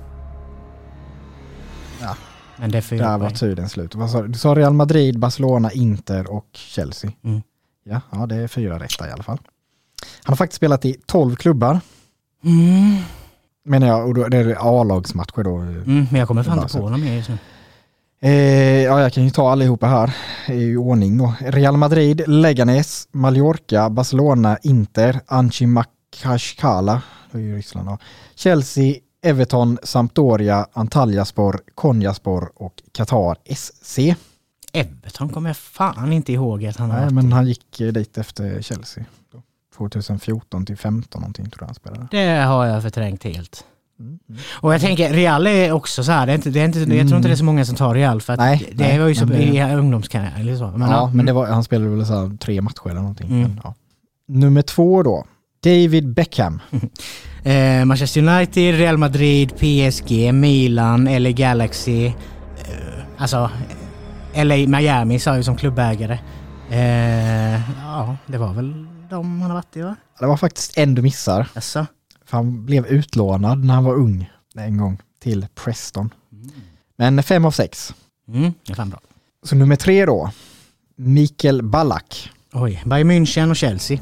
Ja. Men det är för Där var tiden slut. Vad sa du? Du sa Real Madrid, Barcelona, Inter och Chelsea. Mm. Ja, ja, det är fyra rätta i alla fall. Han har faktiskt spelat i tolv klubbar. Mm. Menar jag, och då, det är A-lagsmatcher då. Mm, men jag kommer fan inte på dem mer just nu. Eh, ja, jag kan ju ta allihopa här i ordning då. Real Madrid, Leganes, Mallorca, Barcelona, Inter, Anchi Makashkala, det är ju Ryssland då. Chelsea, Everton, Sampdoria, Antalyaspor, Konyaspor och Qatar S C. Everton kommer jag fan inte ihåg att han har. Nej, men han gick dit efter Chelsea. tjugohundrafjorton till femton någonting tror jag han spelade. Det har jag förträngt helt. Mm. Mm. Och jag tänker, Real är också så här, det är inte, det är inte, mm. jag tror inte det är så många som tar Real för att nej, det nej, var ju så det, i ungdomskarriär eller så. Men, ja, ja, men det var, han spelade väl så här, tre matcher eller någonting. Mm. Men, ja. Nummer två då, David Beckham. eh, Manchester United, Real Madrid, P S G, Milan, L A Galaxy, eh, alltså L A Miami sa ju som klubbägare. Eh, ja, det var väl de han har varit i, va? Det var faktiskt en du missar. Asså? För han blev utlånad när han var ung en gång till Preston. Mm. Men fem av sex. Mm, det är fan bra. Så nummer tre då. Mikael Ballack. Oj, Bayern München och Chelsea.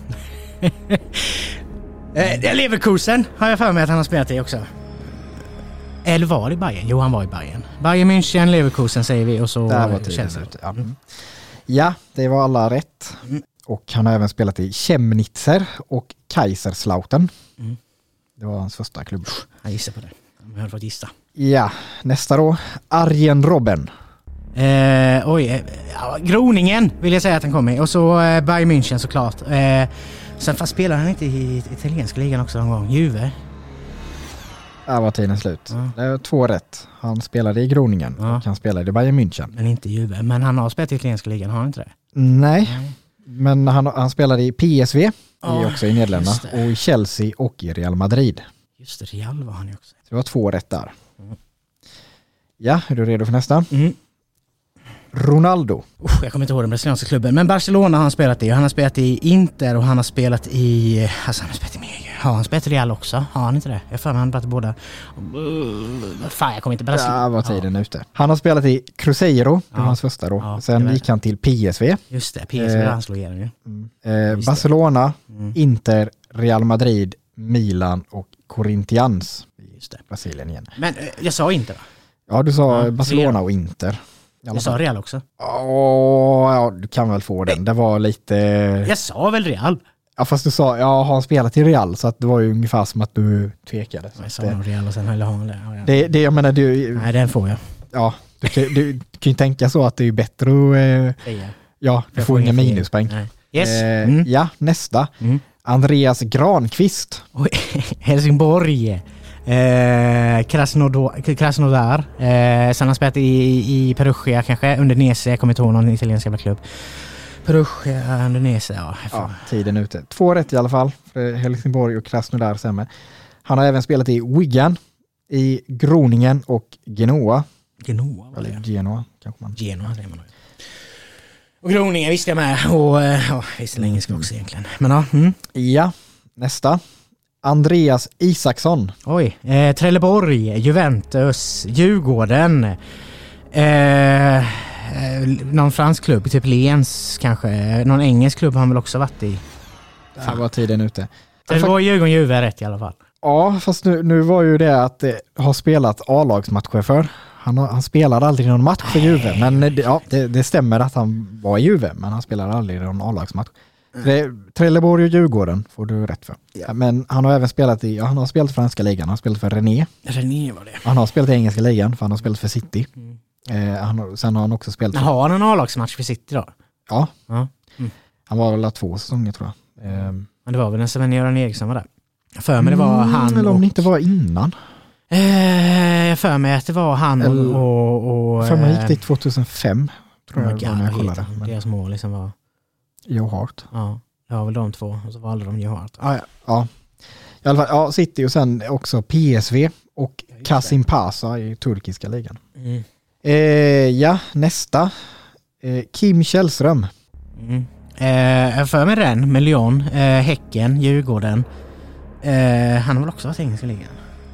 eh, Leverkusen har jag för mig att han har spelat i också. Eller var det i Bayern? Jo, han var i Bayern. Bayern München, Leverkusen säger vi och så där var Chelsea. Ja. Mm. Ja, det var alla rätt. Mm. Och han har även spelat i Chemnitzer och Kaiserslautern. Mm. Det var hans första klubb. Jag gissar på det. Jag har fått gissa. Ja, nästa då. Arjen Robben. Eh, oj, eh, ja, Groningen vill jag säga att han kom med. Och så eh, Bayern München såklart. Eh, sen fast spelar han inte i italienska ligan också någon gång. Juve. Där var tiden slut. Ja. Det var två rätt. Han spelade i Groningen ja. och han spelade i Bayern München. Men inte Juve. Men han har spelat i italienska ligan, har han inte det? Nej. Nej. Men han, han spelade i P S V, oh, också i Nederländerna, och i Chelsea och i Real Madrid. Just det, Real var han ju också. Så det var två rätt där. Mm. Ja, är du redo för nästa? Mm. Ronaldo. Usch, jag kommer inte ihåg den brasilianska klubben. Men Barcelona har han spelat i. Han har spelat i Inter och han har spelat i... Alltså han har spelat i mer. Har han spelat i Real också? Har han inte det? Jag får han har varit båda. Uh, fan, jag kommer inte Brasilien. Ja, var tiden ja. ute. Han har spelat i Cruzeiro, det var ja. hans första då. Ja, sen gick han till P S V. Just det, P S V eh, han slog igenom ju. Mm. Eh, Barcelona, mm. Inter, Real Madrid, Milan och Corinthians. Just det. Brasilien igen. Men eh, jag sa inte va? Ja, du sa ja, Barcelona Real. Och Inter. Jag sa Real också. Åh, ja, du kan väl få den. Det var lite... Jag sa väl Real? Ja, fast du sa, jag har spelat i Real, så att det var ju ungefär som att du tvekade. Jag sa nog Real och sen höll han det. Ja, ja. det. Det, jag menar, du... Nej, den får jag. Ja, du, du, du kan ju tänka så att det är bättre att... Eh, ja, du får inga minuspoäng. Nej. Yes. Eh, mm. Ja, nästa. Mm. Andreas Granqvist. Oj, Helsingborg. Eh, Krasnodar. Krasnodar. Eh, sen har han spelat i, i Perugia kanske. Udinese, jag kommer inte ihåg någon italiensk jävla klubb. Perugia, Udinese, ja. Ja, tiden ute. Två rätt i alla fall. För Helsingborg och Krasnodar stämmer. Han har även spelat i Wigan, i Groningen och Genoa. Genoa var det. Eller Genoa kanske man. Genoa, det är man nog. Och Groningen visste jag med. Och ja, visste engelska också egentligen. Men ja. Mm. Ja, nästa. Andreas Isaksson. Oj. Eh, Trelleborg, Juventus, Djurgården. Eh, eh, någon fransk klubb, typ Lens kanske. Någon engelsk klubb har han väl också varit i. Där var tiden ute. Trelleborg, Djurgården, Juve rätt i alla fall. Ja, fast nu, nu var ju det att det har spelat A-lagsmatcher för. Han, har, han spelade aldrig någon match för Juve, men det, ja, det, det stämmer att han var i Juve, men han spelade aldrig någon A-lagsmatch. Det, Trelleborg och Djurgården får du rätt för. Ja, men han har även spelat i, ja, han har spelat för franska ligan, han har spelat för René. René var det. Han har spelat i engelska ligan, för han har spelat för City. Mm. Eh, han har, sen har han också spelat för... Har han en A-lagsmatch för City då? Ja. Ja. Mm. Han var väl två säsonger tror jag. Eh, men det var väl när Sven-Göran Eriksson var där. För mig det var mm, han eller om och... det inte var innan. Eh, för mig att det var han eller, och... och för mig gick det tjugohundrafem, tror jag, jag när jag kollade. Men... Deras mål liksom var... Joe Hart. Ja, det var väl de två. Och så valde de Joe Hart. Ah, ja, ja. I alla fall, ja, City och sen också P S V och Kasimpasa i turkiska ligan. Mm. Eh, ja, nästa. Eh, Kim Källström. Mm. Eh, för mig den med Lyon, eh, Häcken, Djurgården. Eh, han har väl också varit i engelska ligan.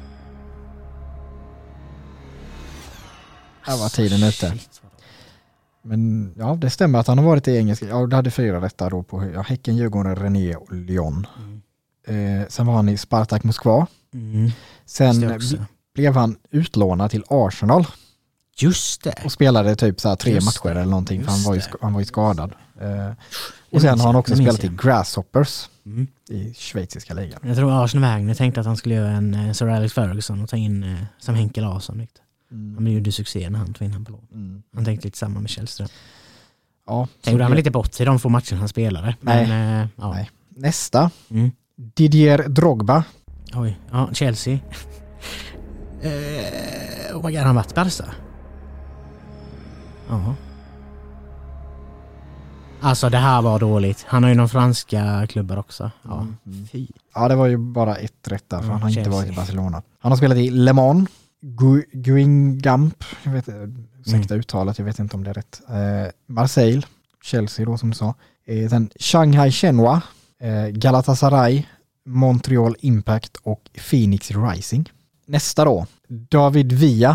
Här var tiden ute. Men ja, det stämmer att han har varit i engelska. Ja, du hade fyra rätta då på ja, Häcken, Djurgården, René och Lyon. Mm. Eh, sen var han i Spartak Moskva. Mm. Sen blev han utlånad till Arsenal. Just det. Och spelade typ så här tre Just matcher det. eller någonting. Just för han var ju, det. han var ju skadad. Eh, och sen har han också spelat i Grasshoppers. Mm. I schweiziska ligan. Jag tror Arsenal Wagner tänkte att han skulle göra en uh, Sir Alex Ferguson och ta in uh, som Henke Larsson. Mm. Han gjorde succé när han tog in han på lån. Mm. Han tänkte lite samma med Källström. Ja, sen gjorde han väl lite bort i de få matcherna han spelade. Nej. Men, uh, ja. Nej. Nästa. Mm. Didier Drogba. Oj, ja, Chelsea. uh, oh my god, han har varit Barca. Ja. Alltså det här var dåligt. Han har ju någon franska klubbar också. Ja, mm. fy. Ja, det var ju bara ett rätt där, för mm, han har Chelsea. inte varit i Barcelona. Han har spelat i Le Mans, Gu- Guingamp, jag vet ursäkta mm. uttalet, jag vet inte om det är rätt. Eh, Marseille, Chelsea då som du sa. Eh, sen Shanghai Shenhua, eh, Galatasaray, Montreal Impact och Phoenix Rising. Nästa då, David Villa.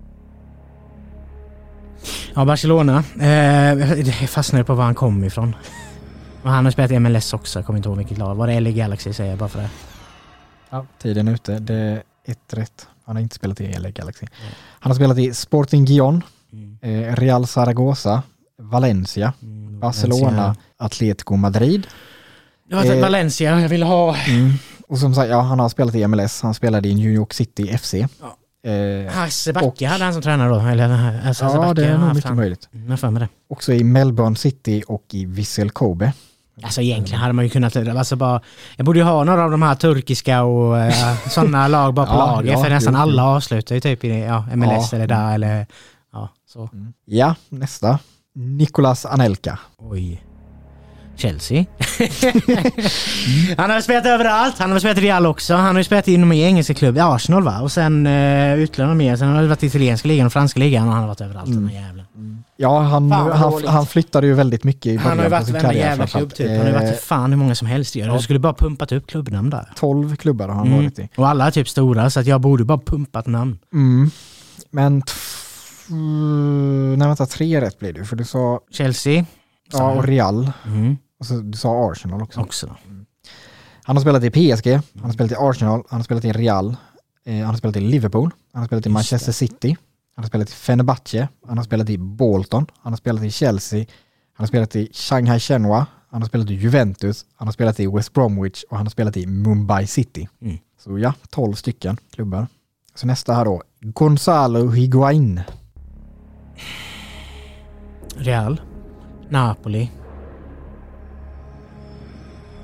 Ja, Barcelona. Eh, jag fastnade på var han kom ifrån. Och han har spelat i M L S också, jag kommer inte ihåg vilket lag. Var det L A Galaxy säger jag bara för det. Ja, tiden är ute. Det är ett rätt. Han har inte spelat i L A Galaxy. Mm. Han har spelat i Sporting Gijon, mm. eh, Real Zaragoza, Valencia, mm, Barcelona, Valencia. Atletico Madrid. Ja, eh, Valencia jag vill ha. Mm. Och som sagt, ja, han har spelat i M L S. Han spelade i New York City F C. Ja. Eh, Hasse Backe hade han som tränare då? Eller, alltså, ja, Backe, det är nog mycket han. möjligt. Mm, jag med det. Också i Melbourne City och i Vissel Kobe. Alltså egentligen hade man ju kunnat, alltså bara, jag borde ju ha några av de här turkiska och uh, sådana lag bara på ja, laget, ja, för nästan jo, alla avslutar ju typ i ja, M L S ja. eller där eller ja, så. Mm. Ja, nästa. Nicolas Anelka. Oj. Chelsea. Han har spelat överallt. Han har spelat i Real också. Han har ju spelat inom en engelska klubb i Arsenal va? Och sen uh, utlånade mer. Sen har han varit i italienska ligan och franska ligan och han har varit överallt mm. den här jävlen. Mm. Ja, han, han, han flyttade ju väldigt mycket i Han har ju varit i varenda jävla klubb typ. Han har ju varit för fan hur många som helst. Ja. Du skulle bara pumpat upp klubbnamn där. tolv klubbar har han mm. varit i. Och alla är typ stora så att jag borde bara pumpat namn. Mm. Men t- nej vänta, tre rätt blir det. För du sa Chelsea. Ja, och Real. Mm. Och så du sa Arsenal också. också. Mm. Han har spelat i P S G, han har spelat i Arsenal, han har spelat i Real, eh, han har spelat i Liverpool, han har spelat i Manchester City, han har spelat i Fenerbahce, han har spelat i Bolton, han har spelat i Chelsea, han har spelat i Shanghai Shenhua, han har spelat i Juventus, han har spelat i West Bromwich och han har spelat i Mumbai City. Mm. Så ja, tolv stycken klubbar. Så nästa här då, Gonzalo Higuain. Real, Napoli.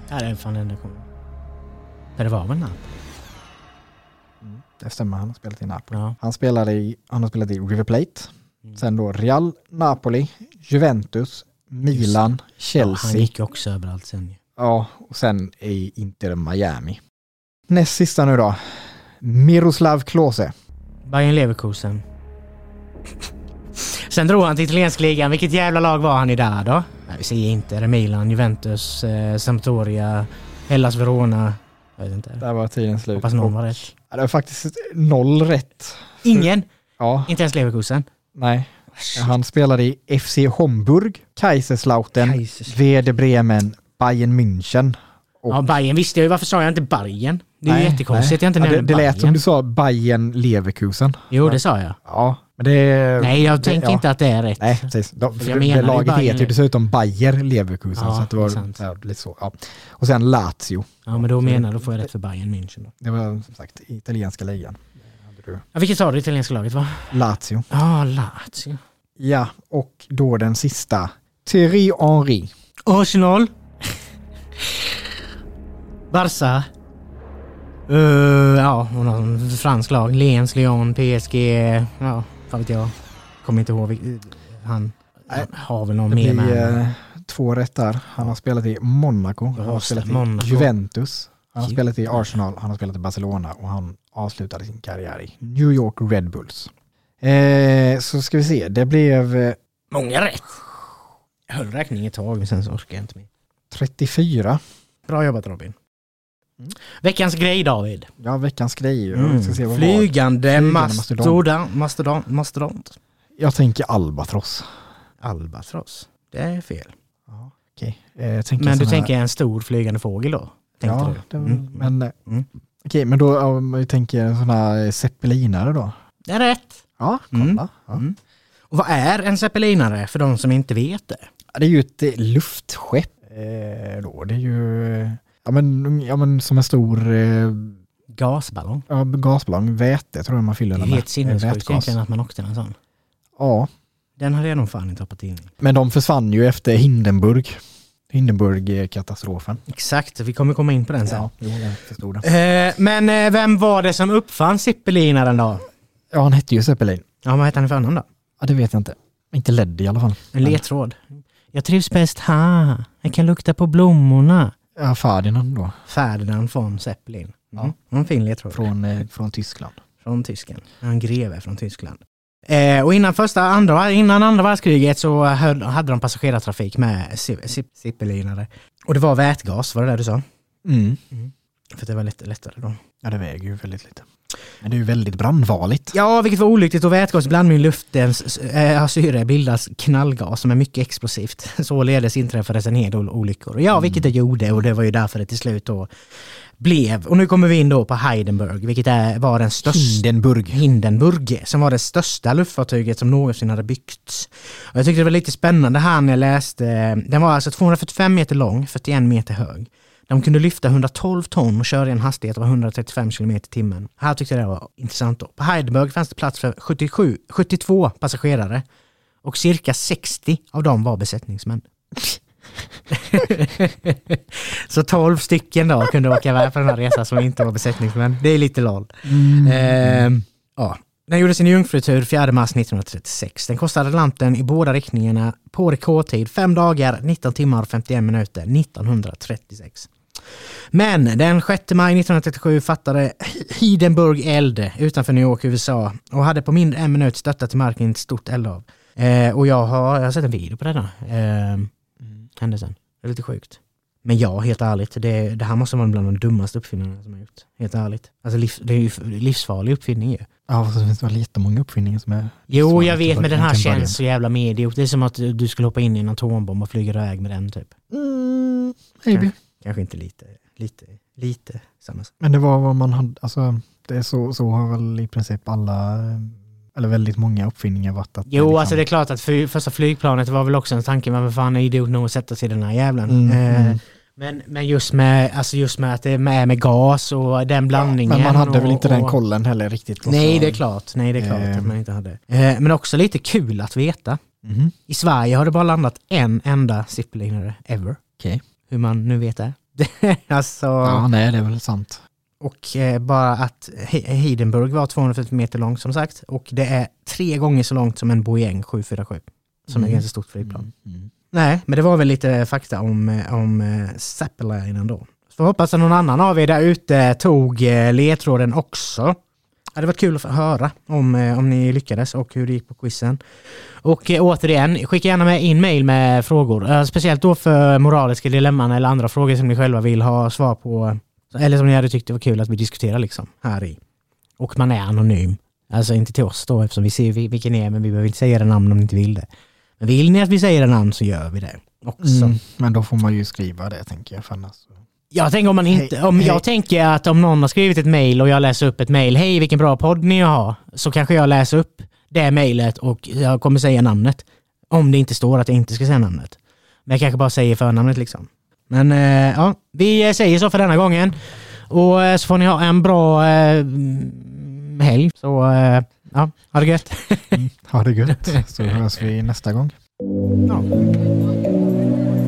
Ja, det är fan den där kommer. Det var väl Napoli? Mm, det stämmer, han har spelat i Napoli. Ja. Han, spelade i, han har spelat i River Plate. Mm. Sen då Real, Napoli, Juventus, Milan, Chelsea. Ja, han gick också överallt sen. Ja, och sen i Inter Miami. Näst sista nu då. Miroslav Klose. Bayern Leverkusen. Sen drog han till italiensk ligan. Vilket jävla lag var han i där då? Nej, vi säger inte. Milan, Juventus, eh, Sampdoria, Hellas Verona. Jag vet inte. Där var tiden slut. Hoppas någon var rätt. Ja, det var faktiskt noll rätt. Ingen? Ja. Inte ens Leverkusen? Nej. Han spelade i F C Homburg, Kaiserslautern, Kaisers. Werder Bremen, Bayern München. Och... Ja, Bayern visste jag ju. Varför sa jag inte Bayern? Det är nej, ju jättekonstigt. Jag inte ja, det, det lät Bayern. som du sa Bayern Leverkusen. Jo, det sa jag. Ja, men det... Nej, jag tänker ja. inte att det är rätt. Nej, precis. De, jag det laget heter ju dessutom Bayer Leverkusen. Ja, så att det var sant. Ja, lite så. Ja. Och sen Lazio. Ja, men då menar då får jag rätt för Bayern München då. Det var som sagt italienska ligan. Ja, vilket sa du italienska laget va? Lazio. Ja, Lazio. Ja, och då den sista. Thierry Henry. Arsenal. Barca. Uh, ja, och någon fransk lag. Lens, Lyon, P S G. Ja, fan vet jag. Kommer inte ihåg. Han Nej, har väl någon mer med. Det blir två rätt där. Han har spelat i Monaco. Han har spelat i Monaco. Juventus. Han har spelat i Arsenal. Han har spelat i Barcelona. Och han avslutade sin karriär i New York Red Bulls. Eh, så ska vi se. Det blev... Eh, Många rätt. Jag höll räkning ett tag, men sen så orkar jag inte mer. trettiofyra. Bra jobbat Robin. Mm. Veckans grej David. Ja, veckans grej. Mm. Ska se vad Flygande, Flygande mastodont. Mastodont. Mastodont. Jag tänker albatross. Albatross. Det är fel. Ja, okej. Okay. Men du här... tänker en stor flygande fågel då? Ja, du? Det, mm. men mm. okej, okay, men då om jag tänker sådana zeppelinare då. Det är rätt. Ja, kolla. Mm. Ja. Mm. Och vad är en zeppelinare för de som inte vet det? Det är ju ett luftskepp. Eh, då. Det är ju ja, men, ja, men som en stor eh, gasballong. Ja, gasballong. Väte tror jag man fyller den med. Det är helt sinnessjukt egentligen att man åkte en sån. Ja. Den hade jag nog fan inte hoppat in. Men de försvann ju efter Hindenburg. Hindenburg-katastrofen. Exakt, vi kommer komma in på den sen. Ja, jo, jag förstod det. Eh, men eh, vem var det som uppfann zeppelinaren då? Ja, han hette ju Zeppelin. Ja, vad hette han i förnamn då? Ja, det vet jag inte. Inte Led i alla fall. En ledtråd. Jag trivs bäst här. Jag kan lukta på blommorna. Ja, Ferdinand då. Ferdinand von Zeppelin. Mm. Ja. En fin ledtråd. Från, eh, från Tyskland. Från Tyskland. En greve från Tyskland. Eh, och innan första andra, innan andra världskriget så höll, hade de passagerartrafik med zeppelinare. Och det var vätgas, var det där du sa? Mm. Mm. För det var lite lättare då. Ja, det väger ju väldigt lite. Men det är ju väldigt brandvarligt. Ja, vilket var olyckligt. Och vätgas bland med luftens äh, syre bildas knallgas som är mycket explosivt. Således inträffades en hel del olyckor. Ja, vilket det gjorde och det var ju därför det till slut då blev. Och nu kommer vi in då på Hindenburg, vilket är, var den största... Hindenburg. Hindenburg, som var det största luftfartyget som någonsin hade byggts. Och jag tyckte det var lite spännande här när jag läste. Den var alltså tvåhundrafyrtiofem meter lång, fyrtioen meter hög. De kunde lyfta hundratolv ton och köra i en hastighet av hundratrettiofem kilometer i timmen. Här tyckte jag det var intressant då. På Hindenburg fanns det plats för sjuttiosju, sjuttiotvå passagerare. Och cirka sextio av dem var besättningsmän. Så tolv stycken då kunde åka iväg på den här resan som inte var besättningsmän. Det är lite lol. Mm. Eh, ja. Den gjorde sin jungfrutur fjärde mars nittonhundratrettiosex. Den kostade Atlanten i båda riktningarna på rekordtid fem dagar, nitton timmar och femtioen minuter nittonhundratrettiosex. Men den sjätte maj nittonhundratrettiosju fattade Hindenburg eld utanför New York, U S A och hade på mindre en minut störtat till marken i ett stort eldhav. Eh, och jag har, jag har sett en video på det där. Eh, mm. Händelsen. Det är lite sjukt. Men ja, helt ärligt, det, det här måste vara bland de dummaste uppfinningarna som har gjort. Helt ärligt. Alltså liv, det är ju livsfarlig uppfinning ju. Ja, så finns det väl jättemånga uppfinningar som är... Jo, jag vet, men den här känns så jävla mediot. Det är som att du skulle hoppa in i en atombomb och flyga iväg med den typ. Mm, maybe. Kanske, kanske inte lite, lite, lite samma sak. Men det var vad man hade, alltså det är så, så har väl i princip alla, eller väldigt många uppfinningar varit att... Jo, det liksom... alltså det är klart att för, första flygplanet var väl också en tanke, men vad fan är idiot nog att sätta sig i den här jävlen. Mm, eh, mm. Men, men just med alltså just med att det är med, med gas och den blandningen. Ja, men man hade och, väl inte och, den kollen heller riktigt. Nej, så, det är klart. Nej, det är klart eh, att man inte hade. Eh, men också lite kul att veta. Mm. I Sverige har det bara landat en enda ziplinare ever. Okay. Hur man nu vet det. alltså... Ja, nej, det är väl sant. Och eh, bara att Hindenburg var tvåhundrafemtio meter lång som sagt. Och det är tre gånger så långt som en Boeing sju fyra sju. Som mm. är ganska stort flygplan. Mm. Mm. Nej, men det var väl lite fakta om, om uh, Zeppelin då. Så jag hoppas att någon annan av er där ute tog uh, ledtråden också. Det hade varit kul att få höra om, uh, om ni lyckades och hur det gick på quizen. Och uh, återigen, skicka gärna med in mail med frågor. Uh, speciellt då för moraliska dilemman eller andra frågor som ni själva vill ha svar på. Eller som ni hade tyckt det var kul att vi diskuterar liksom här i. Och man är anonym. Alltså inte till oss då eftersom vi ser vilken ni är, men vi behöver inte säga det namn om ni inte vill det. Men vill ni att vi säger det namn så gör vi det också. Mm, men då får man ju skriva det tänker jag. För annars. Jag tänker om man inte, om hey, jag hey. tänker att om någon har skrivit ett mejl och jag läser upp ett mejl, hej vilken bra podd ni har, så kanske jag läser upp det mejlet och jag kommer säga namnet. Om det inte står att jag inte ska säga namnet. Men jag kanske bara säger förnamnet liksom. Men äh, ja, vi säger så för denna gången. Och äh, så får ni ha en bra äh, helg. Så äh, ja, ha det gött. mm, ha det gött. Så hörs vi nästa gång. Ja.